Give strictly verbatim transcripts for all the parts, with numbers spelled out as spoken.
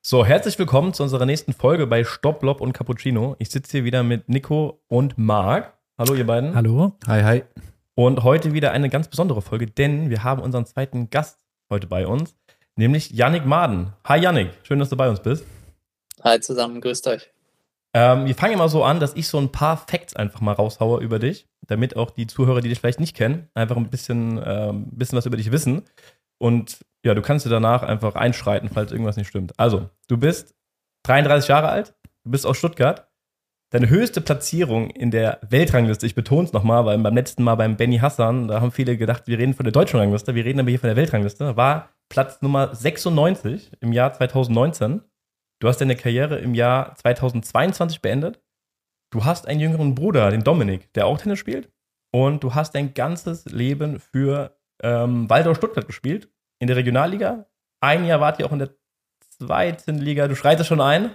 So, herzlich willkommen zu unserer nächsten Folge bei Stopp, Lob und Cappuccino. Ich sitze hier wieder mit Nico und Marc. Hallo, ihr beiden. Hallo. Hi, hi. Und heute wieder eine ganz besondere Folge, denn wir haben unseren zweiten Gast heute bei uns, nämlich Yannick Maaden. Hi, Yannick. Schön, dass du bei uns bist. Hi zusammen, grüßt euch. Ähm, wir fangen immer so an, dass ich so ein paar Facts einfach mal raushaue über dich, damit auch die Zuhörer, die dich vielleicht nicht kennen, einfach ein bisschen, ähm, bisschen was über dich wissen. Und ja, du kannst dir danach einfach einschreiten, falls irgendwas nicht stimmt. Also, du bist dreiunddreißig Jahre alt, du bist aus Stuttgart. Deine höchste Platzierung in der Weltrangliste, ich betone es nochmal, weil beim letzten Mal beim Benny Hassan, da haben viele gedacht, wir reden von der deutschen Rangliste, wir reden aber hier von der Weltrangliste, war Platz Nummer sechsundneunzig im Jahr zweitausendneunzehn. Du hast deine Karriere im Jahr zweitausendzweiundzwanzig beendet. Du hast einen jüngeren Bruder, den Dominik, der auch Tennis spielt. Und du hast dein ganzes Leben für ähm, Waldau Stuttgart gespielt, in der Regionalliga. Ein Jahr wart ihr auch in der zweiten Liga. Du schreitest schon ein.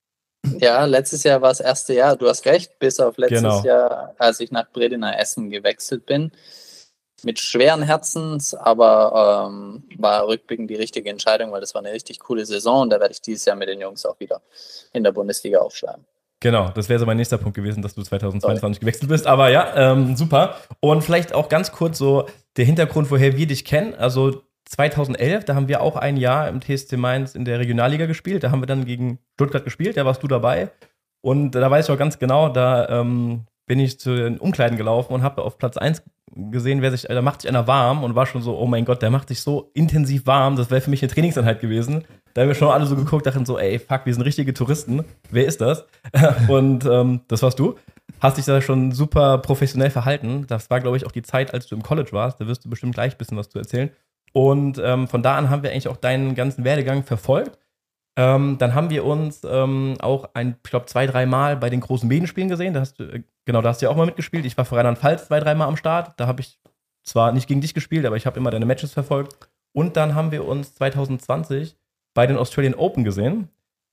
Ja, letztes Jahr war das erste Jahr, du hast recht, bis auf letztes Genau. Jahr, als ich nach Bredina Essen gewechselt bin. Mit schweren Herzens, aber ähm, war rückblickend die richtige Entscheidung, weil das war eine richtig coole Saison und da werde ich dieses Jahr mit den Jungs auch wieder in der Bundesliga aufschlagen. Genau, das wäre so mein nächster Punkt gewesen, dass du zweitausendzweiundzwanzig gewechselt bist. Aber ja, ähm, super. Und vielleicht auch ganz kurz so der Hintergrund, woher wir dich kennen. Also zweitausendelf, da haben wir auch ein Jahr im T S C Mainz in der Regionalliga gespielt. Da haben wir dann gegen Stuttgart gespielt, da warst du dabei. Und da weiß ich auch ganz genau, da ähm, bin ich zu den Umkleiden gelaufen und habe auf Platz eins gesehen, wer sich, da macht sich einer warm und war schon so, oh mein Gott, der macht sich so intensiv warm, das wäre für mich eine Trainingseinheit gewesen. Da haben wir schon alle so geguckt, dachten so, ey, fuck, wir sind richtige Touristen, wer ist das? Und ähm, das warst du. Hast dich da schon super professionell verhalten. Das war, glaube ich, auch die Zeit, als du im College warst. Da wirst du bestimmt gleich ein bisschen was zu erzählen. Und ähm, von da an haben wir eigentlich auch deinen ganzen Werdegang verfolgt. Ähm, dann haben wir uns ähm, auch ein, ich glaube, zwei, drei Mal bei den großen Medienspielen gesehen. Da hast du, äh, genau, da hast du ja auch mal mitgespielt. Ich war für Rheinland-Pfalz zwei, drei Mal am Start. Da habe ich zwar nicht gegen dich gespielt, aber ich habe immer deine Matches verfolgt. Und dann haben wir uns zwanzig zwanzig bei den Australian Open gesehen.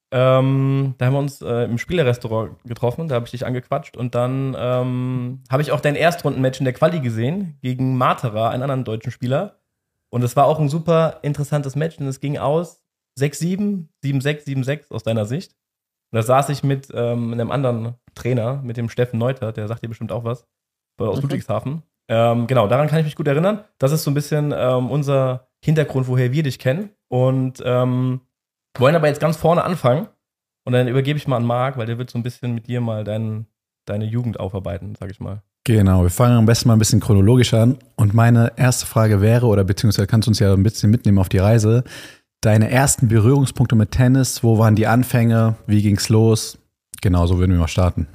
Ähm, da haben wir uns äh, im Spielerrestaurant getroffen. Da habe ich dich angequatscht. Und dann ähm, habe ich auch dein Erstrundenmatch in der Quali gesehen gegen Matera, einen anderen deutschen Spieler. Und es war auch ein super interessantes Match. Und es ging aus sechs sieben, sieben sechs, sieben sechs aus deiner Sicht. Und da saß ich mit ähm, einem anderen Trainer, mit dem Steffen Neuter, der sagt dir bestimmt auch was, aus mhm. Ludwigshafen. Ähm, genau, daran kann ich mich gut erinnern. Das ist so ein bisschen ähm, unser Hintergrund, woher wir dich kennen. Und ähm, wollen aber jetzt ganz vorne anfangen. Und dann übergebe ich mal an Marc, weil der wird so ein bisschen mit dir mal dein, deine Jugend aufarbeiten, sag ich mal. Genau, wir fangen am besten mal ein bisschen chronologisch an. Und meine erste Frage wäre, oder beziehungsweise kannst du uns ja ein bisschen mitnehmen auf die Reise, deine ersten Berührungspunkte mit Tennis, wo waren die Anfänge, wie ging's los? Genau, so würden wir mal starten.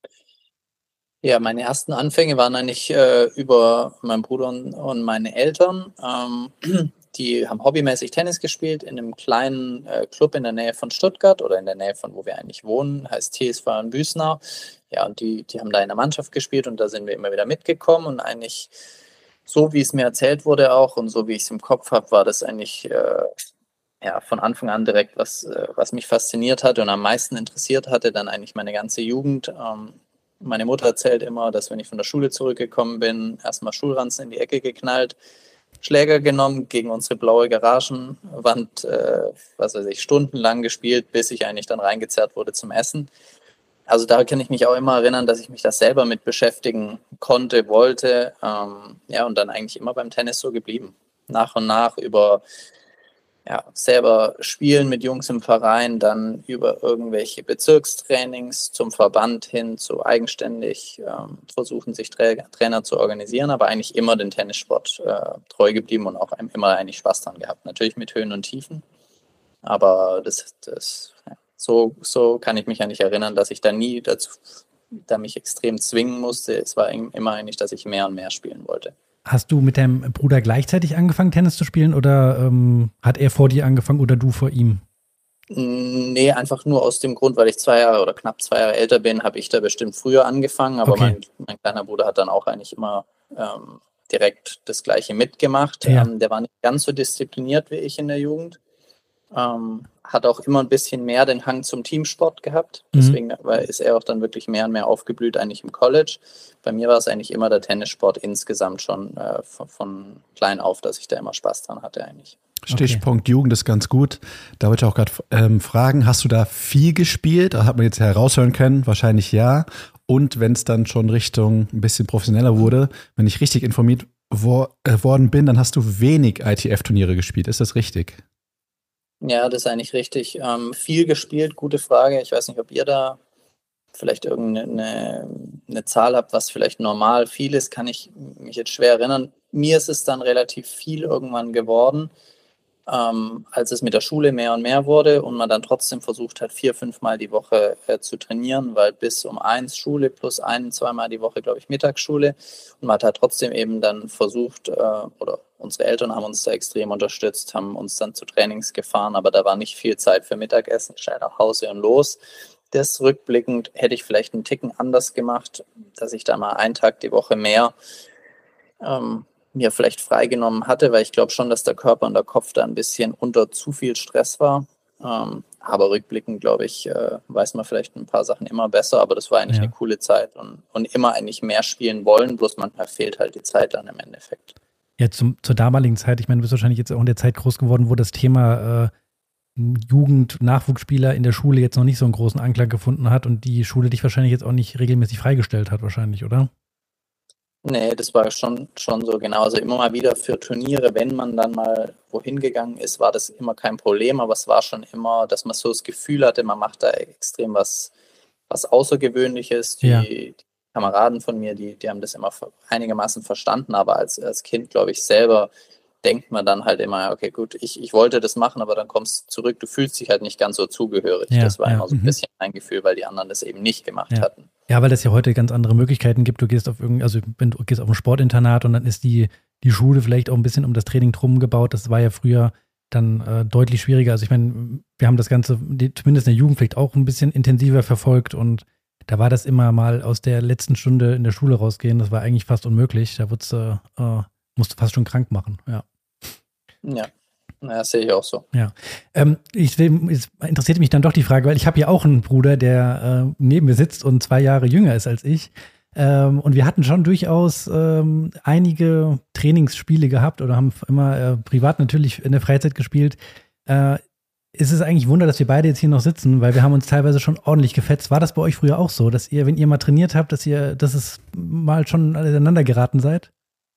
Ja, meine ersten Anfänge waren eigentlich äh, über meinen Bruder und, und meine Eltern. Ähm, die haben hobbymäßig Tennis gespielt in einem kleinen äh, Club in der Nähe von Stuttgart oder in der Nähe von wo wir eigentlich wohnen, heißt T S V in Büsnau. Ja, und die, die haben da in der Mannschaft gespielt und da sind wir immer wieder mitgekommen und eigentlich so, wie es mir erzählt wurde auch und so, wie ich es im Kopf habe, war das eigentlich äh, ja, von Anfang an direkt, was, was mich fasziniert hatte und am meisten interessiert hatte, dann eigentlich meine ganze Jugend. Ähm, meine Mutter erzählt immer, dass wenn ich von der Schule zurückgekommen bin, erstmal Schulranzen in die Ecke geknallt, Schläger genommen, gegen unsere blaue Garagenwand, äh, was weiß ich, stundenlang gespielt, bis ich eigentlich dann reingezerrt wurde zum Essen. Also da kann ich mich auch immer erinnern, dass ich mich da selber mit beschäftigen konnte, wollte. Ähm, ja, und dann eigentlich immer beim Tennis so geblieben. Nach und nach über ja, selber spielen mit Jungs im Verein, dann über irgendwelche Bezirkstrainings zum Verband hin, zu eigenständig ähm, versuchen, sich Tra- Trainer zu organisieren, aber eigentlich immer den Tennissport äh, treu geblieben und auch immer eigentlich Spaß dran gehabt. Natürlich mit Höhen und Tiefen, aber das, das ja, so, so kann ich mich eigentlich erinnern, dass ich da nie dazu, da mich extrem zwingen musste. Es war immer eigentlich, dass ich mehr und mehr spielen wollte. Hast du mit deinem Bruder gleichzeitig angefangen, Tennis zu spielen oder ähm, hat er vor dir angefangen oder du vor ihm? Nee, einfach nur aus dem Grund, weil ich zwei Jahre oder knapp zwei Jahre älter bin, habe ich da bestimmt früher angefangen, aber Okay. mein, mein kleiner Bruder hat dann auch eigentlich immer ähm, direkt das Gleiche mitgemacht. Ja. Ähm, der war nicht ganz so diszipliniert wie ich in der Jugend. Ähm, hat auch immer ein bisschen mehr den Hang zum Teamsport gehabt. Deswegen mhm. ist er auch dann wirklich mehr und mehr aufgeblüht eigentlich im College. Bei mir war es eigentlich immer der Tennissport insgesamt schon äh, von, von klein auf, dass ich da immer Spaß dran hatte eigentlich. Stichpunkt okay. Jugend ist ganz gut. Da wollte ich auch gerade ähm, fragen, hast du da viel gespielt? Da hat man jetzt heraushören können, wahrscheinlich ja. Und wenn es dann schon Richtung ein bisschen professioneller wurde, wenn ich richtig informiert wo, äh, worden bin, dann hast du wenig I T F-Turniere gespielt. Ist das richtig? Ja, das ist eigentlich richtig. Ähm, viel gespielt, gute Frage. Ich weiß nicht, ob ihr da vielleicht irgendeine eine Zahl habt, was vielleicht normal viel ist, kann ich mich jetzt schwer erinnern. Mir ist es dann relativ viel irgendwann geworden, ähm, als es mit der Schule mehr und mehr wurde und man dann trotzdem versucht hat, vier, fünf Mal die Woche äh, zu trainieren, weil bis um eins Schule plus ein, zweimal die Woche, glaube ich, Mittagsschule. Und man hat halt trotzdem eben dann versucht, äh, oder unsere Eltern haben uns da extrem unterstützt, haben uns dann zu Trainings gefahren, aber da war nicht viel Zeit für Mittagessen, schnell nach Hause und los. Das rückblickend hätte ich vielleicht einen Ticken anders gemacht, dass ich da mal einen Tag die Woche mehr ähm, mir vielleicht freigenommen hatte, weil ich glaube schon, dass der Körper und der Kopf da ein bisschen unter zu viel Stress war. Ähm, aber rückblickend, glaube ich, äh, weiß man vielleicht ein paar Sachen immer besser, aber das war eigentlich ja. eine coole Zeit und, und immer eigentlich mehr spielen wollen, bloß manchmal fehlt halt die Zeit dann im Endeffekt. Ja, zum, zur damaligen Zeit, ich meine, du bist wahrscheinlich jetzt auch in der Zeit groß geworden, wo das Thema äh, Jugend-Nachwuchsspieler in der Schule jetzt noch nicht so einen großen Anklang gefunden hat und die Schule dich wahrscheinlich jetzt auch nicht regelmäßig freigestellt hat, wahrscheinlich, oder? Nee, das war schon, schon so genau. Also immer mal wieder für Turniere, wenn man dann mal wohin gegangen ist, war das immer kein Problem, aber es war schon immer, dass man so das Gefühl hatte, man macht da extrem was, was Außergewöhnliches. Die, ja. die Kameraden von mir, die, die haben das immer einigermaßen verstanden, aber als, als Kind, glaube ich, selber denkt man dann halt immer, okay, gut, ich, ich wollte das machen, aber dann kommst du zurück, du fühlst dich halt nicht ganz so zugehörig. Ja, das war ja, immer so ein mhm. bisschen ein Gefühl, weil die anderen das eben nicht gemacht ja. hatten. Ja, weil es ja heute ganz andere Möglichkeiten gibt. Du gehst auf irgendein, also wenn du gehst auf ein Sportinternat und dann ist die, die Schule vielleicht auch ein bisschen um das Training drum gebaut. Das war ja früher dann äh, deutlich schwieriger. Also ich meine, wir haben das Ganze, die, zumindest in der Jugend vielleicht auch ein bisschen intensiver verfolgt und da war das immer mal aus der letzten Stunde in der Schule rausgehen. Das war eigentlich fast unmöglich. Da wurdest du, äh, musst du fast schon krank machen, ja. Ja, das sehe ich auch so. Ja, ähm, ich will, es interessiert mich dann doch die Frage, weil ich habe ja auch einen Bruder, der äh, neben mir sitzt und zwei Jahre jünger ist als ich. Ähm, und wir hatten schon durchaus ähm, einige Trainingsspiele gehabt oder haben immer äh, privat natürlich in der Freizeit gespielt. Äh, ist es eigentlich ein Wunder, dass wir beide jetzt hier noch sitzen, weil wir haben uns teilweise schon ordentlich gefetzt. War das bei euch früher auch so, dass ihr, wenn ihr mal trainiert habt, dass ihr, dass es mal schon aneinander geraten seid?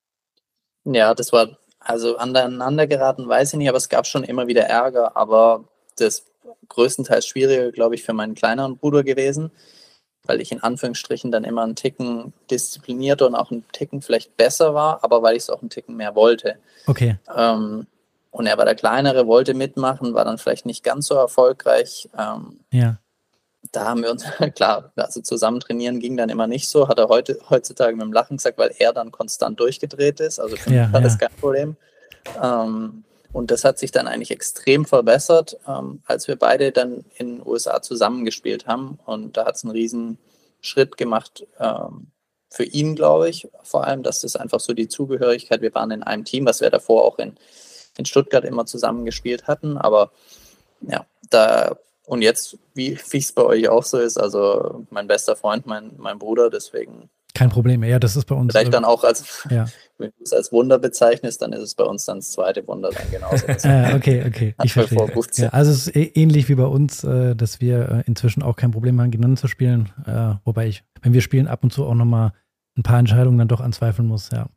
Ja, das war Also aneinander geraten, weiß ich nicht, aber es gab schon immer wieder Ärger, aber das größtenteils Schwierige, glaube ich, für meinen kleineren Bruder gewesen, weil ich in Anführungsstrichen dann immer einen Ticken disziplinierter und auch einen Ticken vielleicht besser war, aber weil ich es auch einen Ticken mehr wollte. Okay. Ähm, und er war der Kleinere, wollte mitmachen, war dann vielleicht nicht ganz so erfolgreich. Ähm, ja. Da haben wir uns, klar, also zusammen trainieren ging dann immer nicht so, hat er heute, heutzutage mit dem Lachen gesagt, weil er dann konstant durchgedreht ist, also für ja, mich war ja. das kein Problem. Ähm, und das hat sich dann eigentlich extrem verbessert, ähm, als wir beide dann in den U S A zusammengespielt haben und da hat es einen riesen Schritt gemacht ähm, für ihn, glaube ich, vor allem, dass das einfach so die Zugehörigkeit, wir waren in einem Team, was wir davor auch in, in Stuttgart immer zusammengespielt hatten, aber ja, da und jetzt, wie es bei euch auch so ist, also mein bester Freund, mein, mein Bruder, deswegen. Kein Problem, ja, das ist bei uns. Vielleicht dann auch als, ja. wenn du es als Wunder bezeichnest, dann ist es bei uns dann das zweite Wunder dann genauso. äh, okay, okay, ich verstehe. Ja, also es ist ähnlich wie bei uns, äh, dass wir äh, inzwischen auch kein Problem haben, gegeneinander zu spielen, äh, wobei ich, wenn wir spielen, ab und zu auch nochmal ein paar Entscheidungen dann doch anzweifeln muss, ja.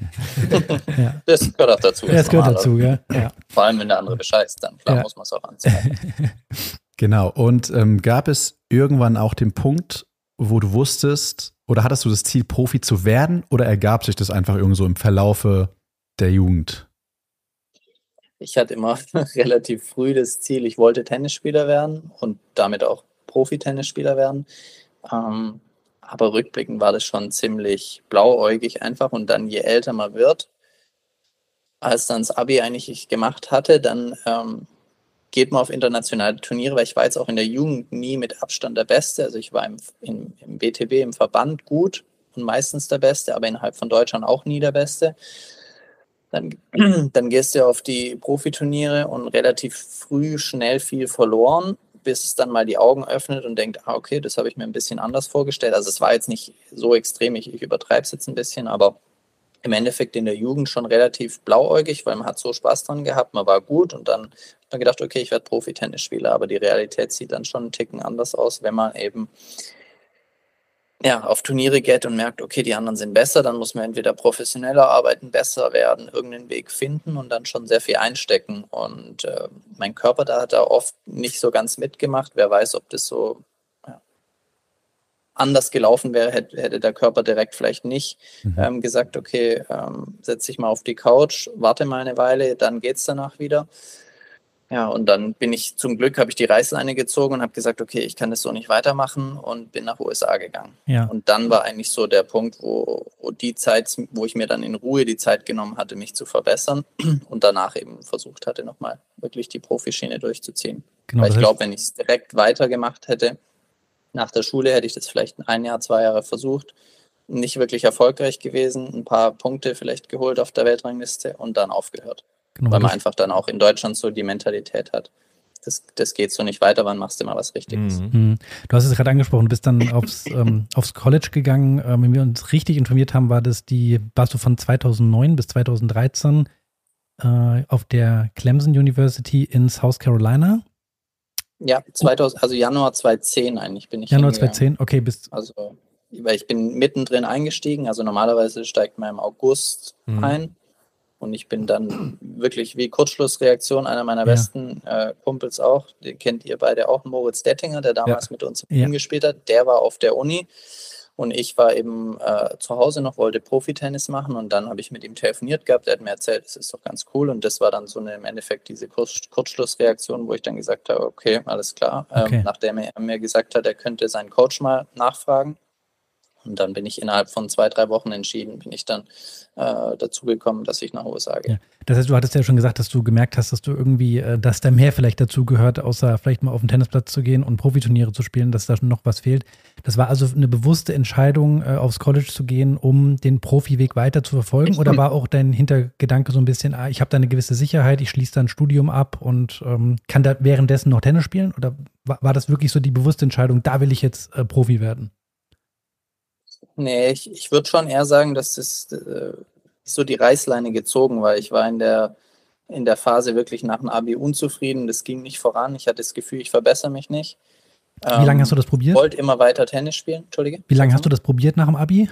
ja. Das gehört auch dazu. Das, das gehört dazu, ja. ja. Vor allem, wenn der andere bescheißt, dann klar ja. muss man es auch anzweifeln. Genau, und ähm, gab es irgendwann auch den Punkt, wo du wusstest, oder hattest du das Ziel, Profi zu werden, oder ergab sich das einfach irgend so im Verlaufe der Jugend? Ich hatte immer relativ früh das Ziel, ich wollte Tennisspieler werden und damit auch Profi-Tennisspieler werden. Ähm, aber rückblickend war das schon ziemlich blauäugig einfach und dann, je älter man wird, als dann das Abi eigentlich ich gemacht hatte, dann ähm, geht man auf internationale Turniere, weil ich war jetzt auch in der Jugend nie mit Abstand der Beste. Also ich war im, im, im B T B, im Verband gut und meistens der Beste, aber innerhalb von Deutschland auch nie der Beste. Dann, dann gehst du auf die Profiturniere und relativ früh schnell viel verloren, bis es dann mal die Augen öffnet und denkt, ah, okay, das habe ich mir ein bisschen anders vorgestellt. Also es war jetzt nicht so extrem, ich, ich übertreibe es jetzt ein bisschen, aber im Endeffekt in der Jugend schon relativ blauäugig, weil man hat so Spaß dran gehabt, man war gut und dann hat man gedacht, okay, ich werde Profi-Tennisspieler, aber die Realität sieht dann schon einen Ticken anders aus, wenn man eben ja, auf Turniere geht und merkt, okay, die anderen sind besser, dann muss man entweder professioneller arbeiten, besser werden, irgendeinen Weg finden und dann schon sehr viel einstecken. Und äh, mein Körper, da hat er oft nicht so ganz mitgemacht. Wer weiß, ob das so ja, anders gelaufen wäre, hätte, hätte der Körper direkt vielleicht nicht mhm. ähm, gesagt, okay, ähm, setz dich mal auf die Couch, warte mal eine Weile, dann geht's danach wieder. Ja, und dann bin ich zum Glück, habe ich die Reißleine gezogen und habe gesagt, okay, ich kann das so nicht weitermachen und bin nach U S A gegangen. Ja. Und dann war eigentlich so der Punkt, wo, wo die Zeit, wo ich mir dann in Ruhe die Zeit genommen hatte, mich zu verbessern und danach eben versucht hatte, nochmal wirklich die Profischiene durchzuziehen. Genau, Weil ich glaube, wenn ich es direkt weitergemacht hätte, nach der Schule hätte ich das vielleicht ein Jahr, zwei Jahre versucht, nicht wirklich erfolgreich gewesen, ein paar Punkte vielleicht geholt auf der Weltrangliste und dann aufgehört. Genau, weil man einfach dann auch in Deutschland so die Mentalität hat. Das, das geht so nicht weiter, wann machst du mal was Richtiges? Mhm. Du hast es gerade angesprochen, du bist dann aufs, ähm, aufs College gegangen. Ähm, wenn wir uns richtig informiert haben, war das die, warst du von zweitausendneun bis zweitausenddreizehn äh, auf der Clemson University in South Carolina? Ja, zweitausend, also Januar zweitausendzehn eigentlich bin ich Januar zweitausendzehn, okay. Bis also, weil ich bin mittendrin eingestiegen, also normalerweise steigt man im August mhm. ein. Und ich bin dann wirklich wie Kurzschlussreaktion, einer meiner ja. besten äh, Kumpels auch, den kennt ihr beide auch, Moritz Dettinger, der damals ja. mit uns im Team ja. gespielt hat, der war auf der Uni und ich war eben äh, zu Hause noch, wollte Profitennis machen und dann habe ich mit ihm telefoniert gehabt, er hat mir erzählt, das ist doch ganz cool und das war dann so eine, im Endeffekt diese Kurz- Kurzschlussreaktion, wo ich dann gesagt habe, okay, alles klar, okay. ähm, nachdem er mir gesagt hat, er könnte seinen Coach mal nachfragen. Und dann bin ich innerhalb von zwei, drei Wochen entschieden, bin ich dann äh, dazu gekommen, dass ich nach U S A gehe. Ja. Das heißt, du hattest ja schon gesagt, dass du gemerkt hast, dass du irgendwie, äh, dass da mehr vielleicht dazu gehört, außer vielleicht mal auf den Tennisplatz zu gehen und Profiturniere zu spielen, dass da noch was fehlt. Das war also eine bewusste Entscheidung, äh, aufs College zu gehen, um den Profiweg weiter zu verfolgen? Oder war auch dein Hintergedanke so ein bisschen, ah, ich habe da eine gewisse Sicherheit, ich schließe da ein Studium ab und ähm, kann da währenddessen noch Tennis spielen? Oder war, war das wirklich so die bewusste Entscheidung, da will ich jetzt äh, Profi werden? Nee, ich, ich würde schon eher sagen, dass das äh, so die Reißleine gezogen war. Ich war in der, in der Phase wirklich nach dem Abi unzufrieden. Das ging nicht voran. Ich hatte das Gefühl, ich verbessere mich nicht. Wie ähm, lange hast du das probiert? Ich wollte immer weiter Tennis spielen. Entschuldige. Wie lange hast du das probiert nach dem Abi?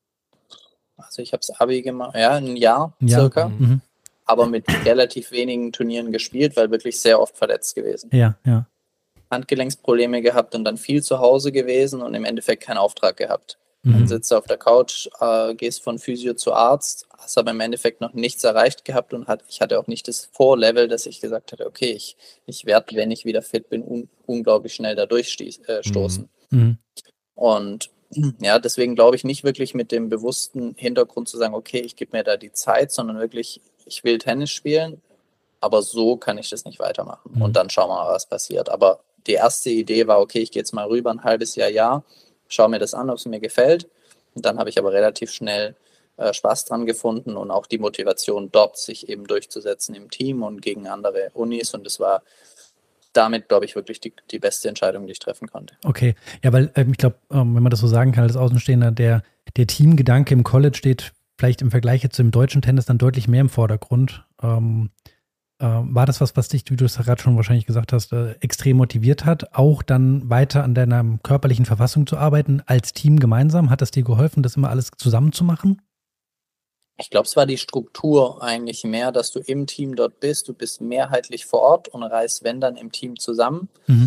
Also ich habe das Abi gemacht, ja, ein Jahr ja. circa. Mhm. Aber mit relativ wenigen Turnieren gespielt, weil wirklich sehr oft verletzt gewesen. Ja, ja. Handgelenksprobleme gehabt und dann viel zu Hause gewesen und im Endeffekt keinen Auftrag gehabt. Dann sitzt du auf der Couch, äh, gehst von Physio zu Arzt, hast aber im Endeffekt noch nichts erreicht gehabt und hat, ich hatte auch nicht das Vorlevel, dass ich gesagt hatte, okay, ich, ich werde, wenn ich wieder fit bin, un, unglaublich schnell da durchstoßen. Mhm. Und ja, deswegen glaube ich nicht wirklich mit dem bewussten Hintergrund zu sagen, okay, ich gebe mir da die Zeit, sondern wirklich, ich will Tennis spielen, aber so kann ich das nicht weitermachen. Mhm. Und dann schauen wir mal, was passiert. Aber die erste Idee war, okay, ich gehe jetzt mal rüber ein halbes Jahr, Jahr, schaue mir das an, ob es mir gefällt. Und dann habe ich aber relativ schnell äh, Spaß dran gefunden und auch die Motivation dort, sich eben durchzusetzen im Team und gegen andere Unis. Und das war damit, glaube ich, wirklich die, die beste Entscheidung, die ich treffen konnte. Okay, ja, weil ähm, ich glaube, ähm, wenn man das so sagen kann als Außenstehender, der, der Teamgedanke im College steht vielleicht im Vergleich jetzt zum deutschen Tennis dann deutlich mehr im Vordergrund. Ähm, War das was, was dich, wie du es gerade schon wahrscheinlich gesagt hast, extrem motiviert hat, auch dann weiter an deiner körperlichen Verfassung zu arbeiten, als Team gemeinsam? Hat das dir geholfen, das immer alles zusammen zu machen? Ich glaube, es war die Struktur eigentlich mehr, dass du im Team dort bist. Du bist mehrheitlich vor Ort und reist, wenn dann, im Team zusammen. Mhm.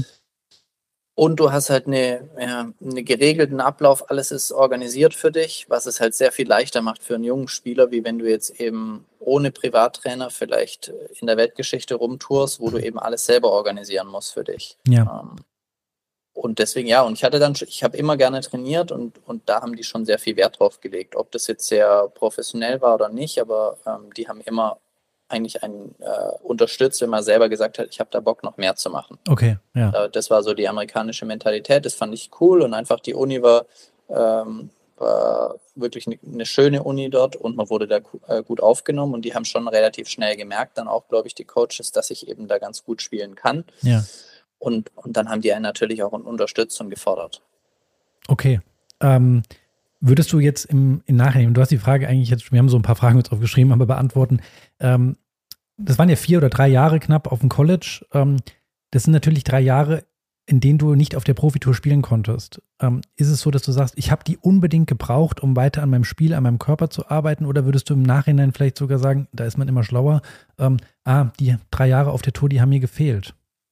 Und du hast halt eine, ja, einen geregelten Ablauf, alles ist organisiert für dich, was es halt sehr viel leichter macht für einen jungen Spieler, wie wenn du jetzt eben ohne Privattrainer vielleicht in der Weltgeschichte rumtourst, wo du eben alles selber organisieren musst für dich. Ja. Ähm, und deswegen, ja, und ich hatte dann, ich habe immer gerne trainiert und, und da haben die schon sehr viel Wert drauf gelegt, ob das jetzt sehr professionell war oder nicht, aber ähm, die haben immer eigentlich einen äh, unterstützt, wenn man selber gesagt hat, ich habe da Bock, noch mehr zu machen. Okay, ja. Das war so die amerikanische Mentalität, das fand ich cool und einfach die Uni war, ähm, war wirklich eine, eine schöne Uni dort und man wurde da äh, gut aufgenommen und die haben schon relativ schnell gemerkt, dann auch, glaube ich, die Coaches, dass ich eben da ganz gut spielen kann. Ja. Und, und dann haben die einen natürlich auch unterstützt und gefordert. Okay. Ähm, Würdest du jetzt im, im Nachhinein, du hast die Frage eigentlich jetzt, wir haben so ein paar Fragen uns aufgeschrieben, aber beantworten, ähm, das waren ja vier oder drei Jahre knapp auf dem College. Ähm, das sind natürlich drei Jahre, in denen du nicht auf der Profitour spielen konntest. Ähm, ist es so, dass du sagst, ich habe die unbedingt gebraucht, um weiter an meinem Spiel, an meinem Körper zu arbeiten? Oder würdest du im Nachhinein vielleicht sogar sagen, da ist man immer schlauer, ähm, ah, die drei Jahre auf der Tour, die haben mir gefehlt?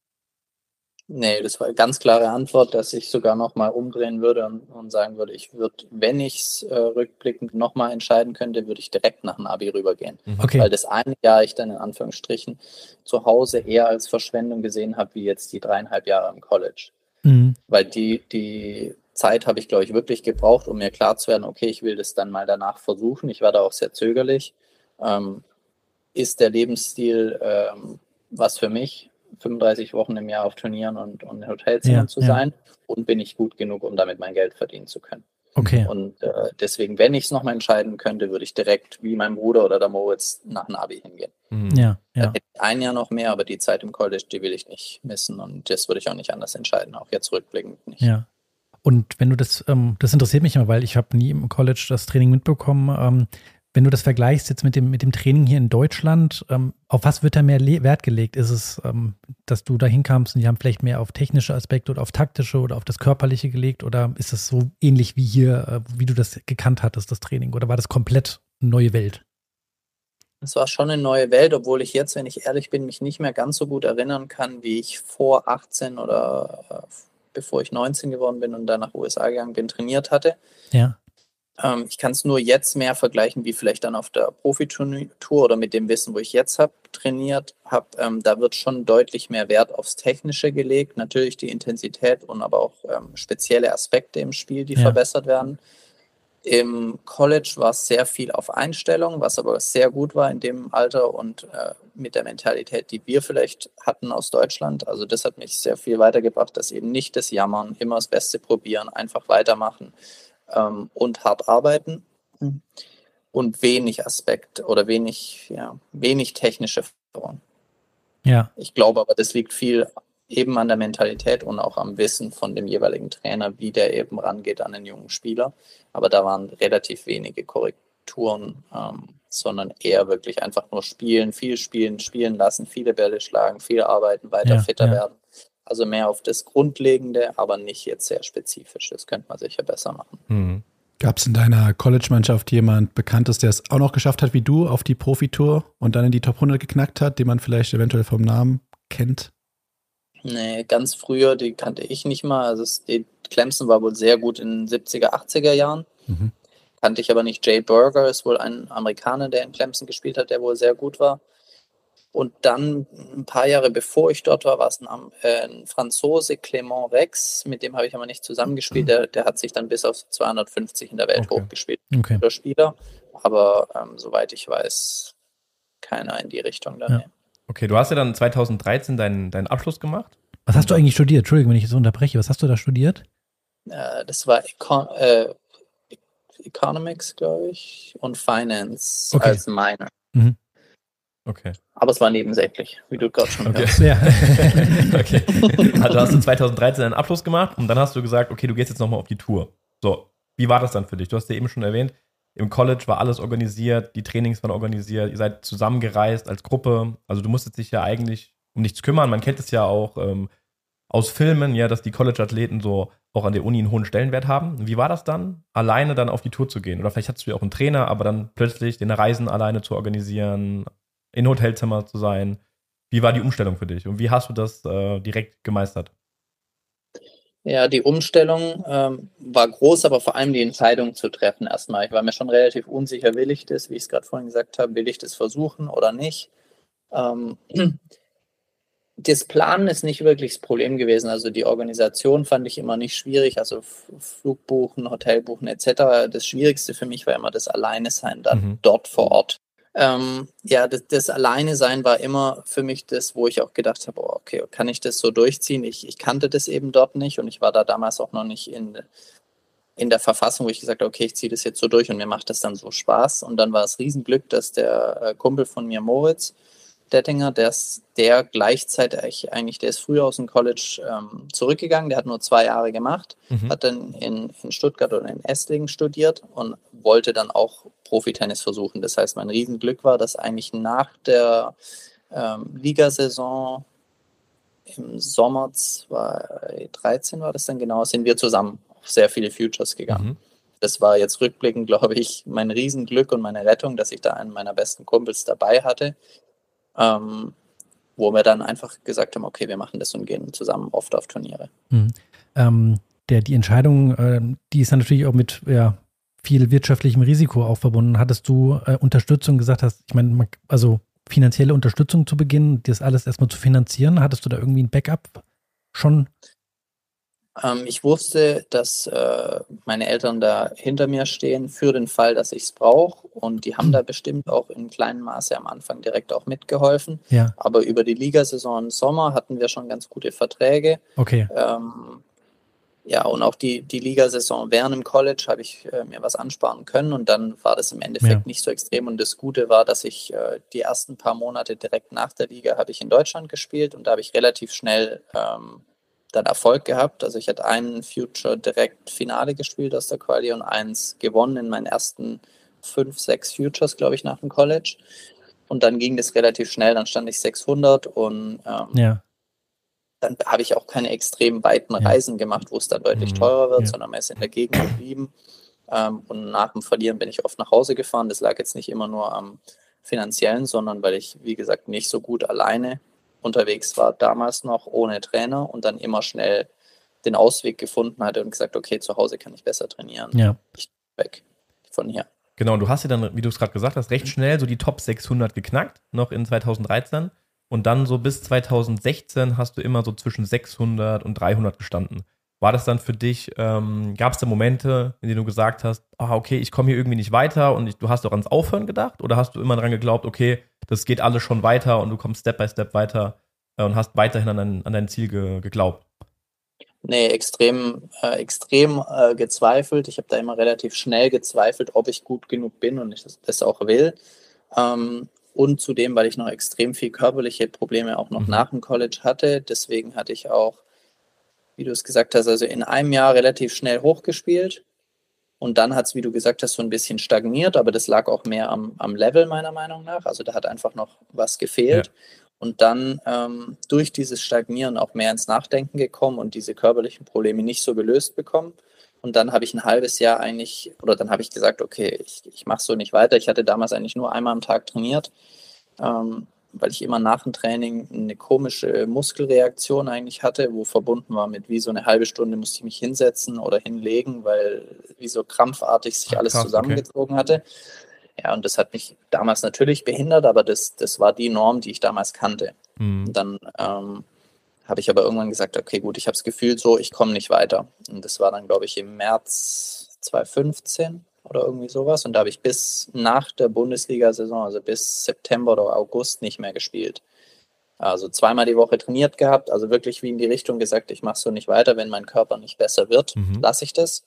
Nee, das war eine ganz klare Antwort, dass ich sogar nochmal umdrehen würde und, und sagen würde, ich würde, wenn ich es äh, rückblickend nochmal entscheiden könnte, würde ich direkt nach dem Abi rübergehen. Okay. Weil das eine Jahr ich dann in Anführungsstrichen zu Hause eher als Verschwendung gesehen habe, wie jetzt die dreieinhalb Jahre im College. Mhm. Weil die, die Zeit habe ich, glaube ich, wirklich gebraucht, um mir klar zu werden, okay, ich will das dann mal danach versuchen. Ich war da auch sehr zögerlich. Ähm, ist der Lebensstil ähm, was für mich? fünfunddreißig Wochen im Jahr auf Turnieren und, und in Hotelzimmern Ja, zu ja. sein, und bin ich gut genug, um damit mein Geld verdienen zu können. Okay. Und äh, deswegen, wenn ich es nochmal entscheiden könnte, würde ich direkt wie mein Bruder oder der Moritz nach dem Abi hingehen. Mhm. Ja, Dann ja. hätte ich ein Jahr noch mehr, aber die Zeit im College, die will ich nicht missen, und das würde ich auch nicht anders entscheiden, auch jetzt rückblickend nicht. Ja. Und wenn du das, ähm, das interessiert mich immer, weil ich habe nie im College das Training mitbekommen. Ähm, wenn du das vergleichst jetzt mit dem, mit dem Training hier in Deutschland, ähm, auf was wird da mehr Le- Wert gelegt? Ist es, ähm, dass du da hinkamst und die haben vielleicht mehr auf technische Aspekte oder auf taktische oder auf das Körperliche gelegt? Oder ist es so ähnlich wie hier, äh, wie du das gekannt hattest, das Training? Oder war das komplett eine neue Welt? Es war schon eine neue Welt, obwohl ich jetzt, wenn ich ehrlich bin, mich nicht mehr ganz so gut erinnern kann, wie ich vor achtzehn oder äh, bevor ich neunzehn geworden bin und dann nach U S A gegangen bin, trainiert hatte. Ja. Ähm, ich kann es nur jetzt mehr vergleichen, wie vielleicht dann auf der Profitour oder mit dem Wissen, wo ich jetzt habe, trainiert habe. Ähm, da wird schon deutlich mehr Wert aufs Technische gelegt. Natürlich die Intensität und aber auch ähm, spezielle Aspekte im Spiel, die Ja. verbessert werden. Im College war es sehr viel auf Einstellung, was aber sehr gut war in dem Alter und äh, mit der Mentalität, die wir vielleicht hatten aus Deutschland. Also das hat mich sehr viel weitergebracht, dass eben nicht das Jammern, immer das Beste probieren, einfach weitermachen ähm, und hart arbeiten und wenig Aspekt oder wenig, ja, wenig technische Faktoren. Ja. Ich glaube aber, das liegt viel eben an der Mentalität und auch am Wissen von dem jeweiligen Trainer, wie der eben rangeht an den jungen Spieler. Aber da waren relativ wenige Korrekturen, ähm, sondern eher wirklich einfach nur spielen, viel spielen, spielen lassen, viele Bälle schlagen, viel arbeiten, weiter Ja, fitter ja. werden. Also mehr auf das Grundlegende, aber nicht jetzt sehr spezifisch. Das könnte man sicher besser machen. Mhm. Gab es in deiner College-Mannschaft jemand Bekanntes, der es auch noch geschafft hat wie du auf die Profitour und dann in die Top hundert geknackt hat, den man vielleicht eventuell vom Namen kennt? Nee, ganz früher, die kannte ich nicht mal. Also es, die Clemson war wohl sehr gut in den siebziger, achtziger Jahren. Mhm. Kannte ich aber nicht. Jay Berger ist wohl ein Amerikaner, der in Clemson gespielt hat, der wohl sehr gut war. Und dann ein paar Jahre bevor ich dort war, war es ein, äh, ein Franzose, Clement Rex, mit dem habe ich aber nicht zusammengespielt. Der, der hat sich dann bis auf zweihundertfünfzig in der Welt Okay. hochgespielt. Okay. Guter Spieler, aber ähm, soweit ich weiß, keiner in die Richtung. Dann, Ja. nee. Okay, du hast ja dann zweitausenddreizehn deinen, deinen Abschluss gemacht. Was hast du eigentlich studiert? Entschuldigung, wenn ich jetzt so unterbreche. Was hast du da studiert? Äh, das war Econ äh, Economics, glaube ich, und Finance Okay. als Minor. Mhm. Okay. Aber es war nebensächlich, wie du gerade schon Okay. hörst. Ja. Okay. Also hast du zweitausenddreizehn deinen Abschluss gemacht und dann hast du gesagt, okay, du gehst jetzt nochmal auf die Tour. So, wie war das dann für dich? Du hast ja eben schon erwähnt, im College war alles organisiert, die Trainings waren organisiert, ihr seid zusammengereist als Gruppe. Also du musstest dich ja eigentlich um nichts kümmern. Man kennt es ja auch ähm, aus Filmen, ja, dass die College-Athleten so auch an der Uni einen hohen Stellenwert haben. Wie war das dann, alleine dann auf die Tour zu gehen? Oder vielleicht hattest du ja auch einen Trainer, aber dann plötzlich den Reisen alleine zu organisieren, in Hotelzimmer zu sein. Wie war die Umstellung für dich und wie hast du das äh, direkt gemeistert? Ja, die Umstellung ähm, war groß, aber vor allem die Entscheidung zu treffen erstmal. Ich war mir schon relativ unsicher, will ich das, wie ich es gerade vorhin gesagt habe, will ich das versuchen oder nicht. Ähm, das Planen ist nicht wirklich das Problem gewesen. Also die Organisation fand ich immer nicht schwierig, also F- Flug buchen, Hotel buchen et cetera. Das Schwierigste für mich war immer das Alleine-Sein dann Mhm. dort vor Ort. Ähm, ja, das, das Alleine-Sein war immer für mich das, wo ich auch gedacht habe, oh, okay, kann ich das so durchziehen? Ich, ich kannte das eben dort nicht und ich war da damals auch noch nicht in, in der Verfassung, wo ich gesagt habe, okay, ich ziehe das jetzt so durch und mir macht das dann so Spaß. Und dann war es Riesenglück, dass der äh, Kumpel von mir, Moritz, Dettinger, der ist der gleichzeitig eigentlich, der ist früher aus dem College ähm, zurückgegangen, der hat nur zwei Jahre gemacht, Mhm. hat dann in, in Stuttgart oder in Esslingen studiert und wollte dann auch Profitennis versuchen. Das heißt, mein Riesenglück war, dass eigentlich nach der ähm, Ligasaison im Sommer zweitausenddreizehn war das dann genau, sind wir zusammen auf sehr viele Futures gegangen. Mhm. Das war jetzt rückblickend, glaube ich, mein Riesenglück und meine Rettung, dass ich da einen meiner besten Kumpels dabei hatte, ähm, wo wir dann einfach gesagt haben, okay, wir machen das und gehen zusammen oft auf Turniere. Mhm. Ähm, der, die Entscheidung, ähm, die ist dann natürlich auch mit ja, viel wirtschaftlichem Risiko auch verbunden. Hattest du äh, Unterstützung gesagt, hast, ich meine, man- also finanzielle Unterstützung zu beginnen, das alles erstmal zu finanzieren? Hattest du da irgendwie ein Backup schon? Ähm, ich wusste, dass äh, meine Eltern da hinter mir stehen für den Fall, dass ich es brauche. Und die haben da bestimmt auch in kleinem Maße am Anfang direkt auch mitgeholfen. Ja, Aber über die Ligasaison im Sommer hatten wir schon ganz gute Verträge. okay. Ähm, ja, und auch die, die Ligasaison während dem College habe ich äh, mir was ansparen können. Und dann war das im Endeffekt Ja. nicht so extrem. Und das Gute war, dass ich äh, die ersten paar Monate direkt nach der Liga habe ich in Deutschland gespielt. Und da habe ich relativ schnell ähm, dann Erfolg gehabt. Also ich hatte einen Future direkt Finale gespielt aus der Quali und eins gewonnen in meinen ersten fünf, sechs Futures, glaube ich, nach dem College. Und dann ging das relativ schnell, dann stand ich sechshundert und ähm, Ja, dann habe ich auch keine extrem weiten Ja. Reisen gemacht, wo es dann deutlich Mhm. teurer wird, Ja. sondern man ist in der Gegend geblieben. Ähm, und nach dem Verlieren bin ich oft nach Hause gefahren. Das lag jetzt nicht immer nur am finanziellen, sondern weil ich, wie gesagt, nicht so gut alleine unterwegs war, damals noch ohne Trainer und dann immer schnell den Ausweg gefunden hatte und gesagt, okay, zu Hause kann ich besser trainieren. ja. Ich weg von hier. Genau, und du hast ja dann, wie du es gerade gesagt hast, recht schnell so die Top sechshundert geknackt, noch in zweitausenddreizehn. Und dann so bis zweitausendsechzehn hast du immer so zwischen sechshundert und dreihundert gestanden. War das dann für dich, ähm, gab es da Momente, in denen du gesagt hast, ah, okay, ich komme hier irgendwie nicht weiter und ich, du hast auch ans Aufhören gedacht? Oder hast du immer dran geglaubt, okay, das geht alles schon weiter und du kommst Step by Step weiter äh, und hast weiterhin an dein, an dein Ziel ge, geglaubt? Nee, extrem, äh, extrem äh, gezweifelt. Ich habe da immer relativ schnell gezweifelt, ob ich gut genug bin und ich das, das auch will. Ähm, und zudem, weil ich noch extrem viel körperliche Probleme auch noch Mhm. nach dem College hatte. Deswegen hatte ich auch, wie du es gesagt hast, also in einem Jahr relativ schnell hochgespielt. Und dann hat es, wie du gesagt hast, so ein bisschen stagniert, aber das lag auch mehr am, am Level meiner Meinung nach. Also da hat einfach noch was gefehlt. Ja. Und dann ähm, durch dieses Stagnieren auch mehr ins Nachdenken gekommen und diese körperlichen Probleme nicht so gelöst bekommen. Und dann habe ich ein halbes Jahr eigentlich, oder dann habe ich gesagt, okay, ich, ich mache so nicht weiter. Ich hatte damals eigentlich nur einmal am Tag trainiert, ähm, weil ich immer nach dem Training eine komische Muskelreaktion eigentlich hatte, wo verbunden war mit wie so eine halbe Stunde musste ich mich hinsetzen oder hinlegen, weil wie so krampfartig sich Ach, alles krass, okay. zusammengezogen hatte. Ja, und das hat mich damals natürlich behindert, aber das, das war die Norm, die ich damals kannte. Mhm. Und dann ähm, habe ich aber irgendwann gesagt, okay, gut, ich habe das Gefühl so, ich komme nicht weiter. Und das war dann, glaube ich, im März zweitausendfünfzehn oder irgendwie sowas. Und da habe ich bis nach der Bundesliga-Saison, also bis September oder August, nicht mehr gespielt. Also zweimal die Woche trainiert gehabt, also wirklich wie in die Richtung gesagt, ich mache so nicht weiter, wenn mein Körper nicht besser wird, Mhm. lasse ich das.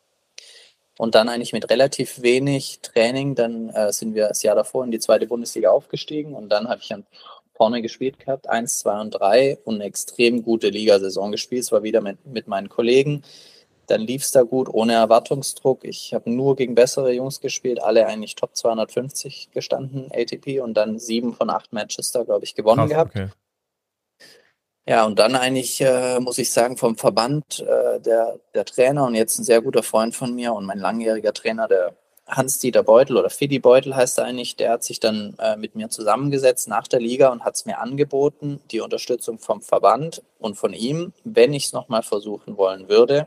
Und dann eigentlich mit relativ wenig Training, dann äh, sind wir das Jahr davor in die zweite Bundesliga aufgestiegen und dann habe ich dann vorne gespielt gehabt, eins, zwei und drei und eine extrem gute Ligasaison gespielt. Es war wieder mit, mit meinen Kollegen. Dann lief es da gut, ohne Erwartungsdruck. Ich habe nur gegen bessere Jungs gespielt, alle eigentlich Top zweihundertfünfzig gestanden, A T P, und dann sieben von acht Matches da, glaube ich, gewonnen Krass, gehabt. okay. Ja, und dann eigentlich, äh, muss ich sagen, vom Verband, äh, der, der Trainer und jetzt ein sehr guter Freund von mir und mein langjähriger Trainer, der Hans-Dieter Beutel oder Fidi Beutel heißt er eigentlich, der hat sich dann äh, mit mir zusammengesetzt nach der Liga und hat es mir angeboten, die Unterstützung vom Verband und von ihm, wenn ich es nochmal versuchen wollen würde,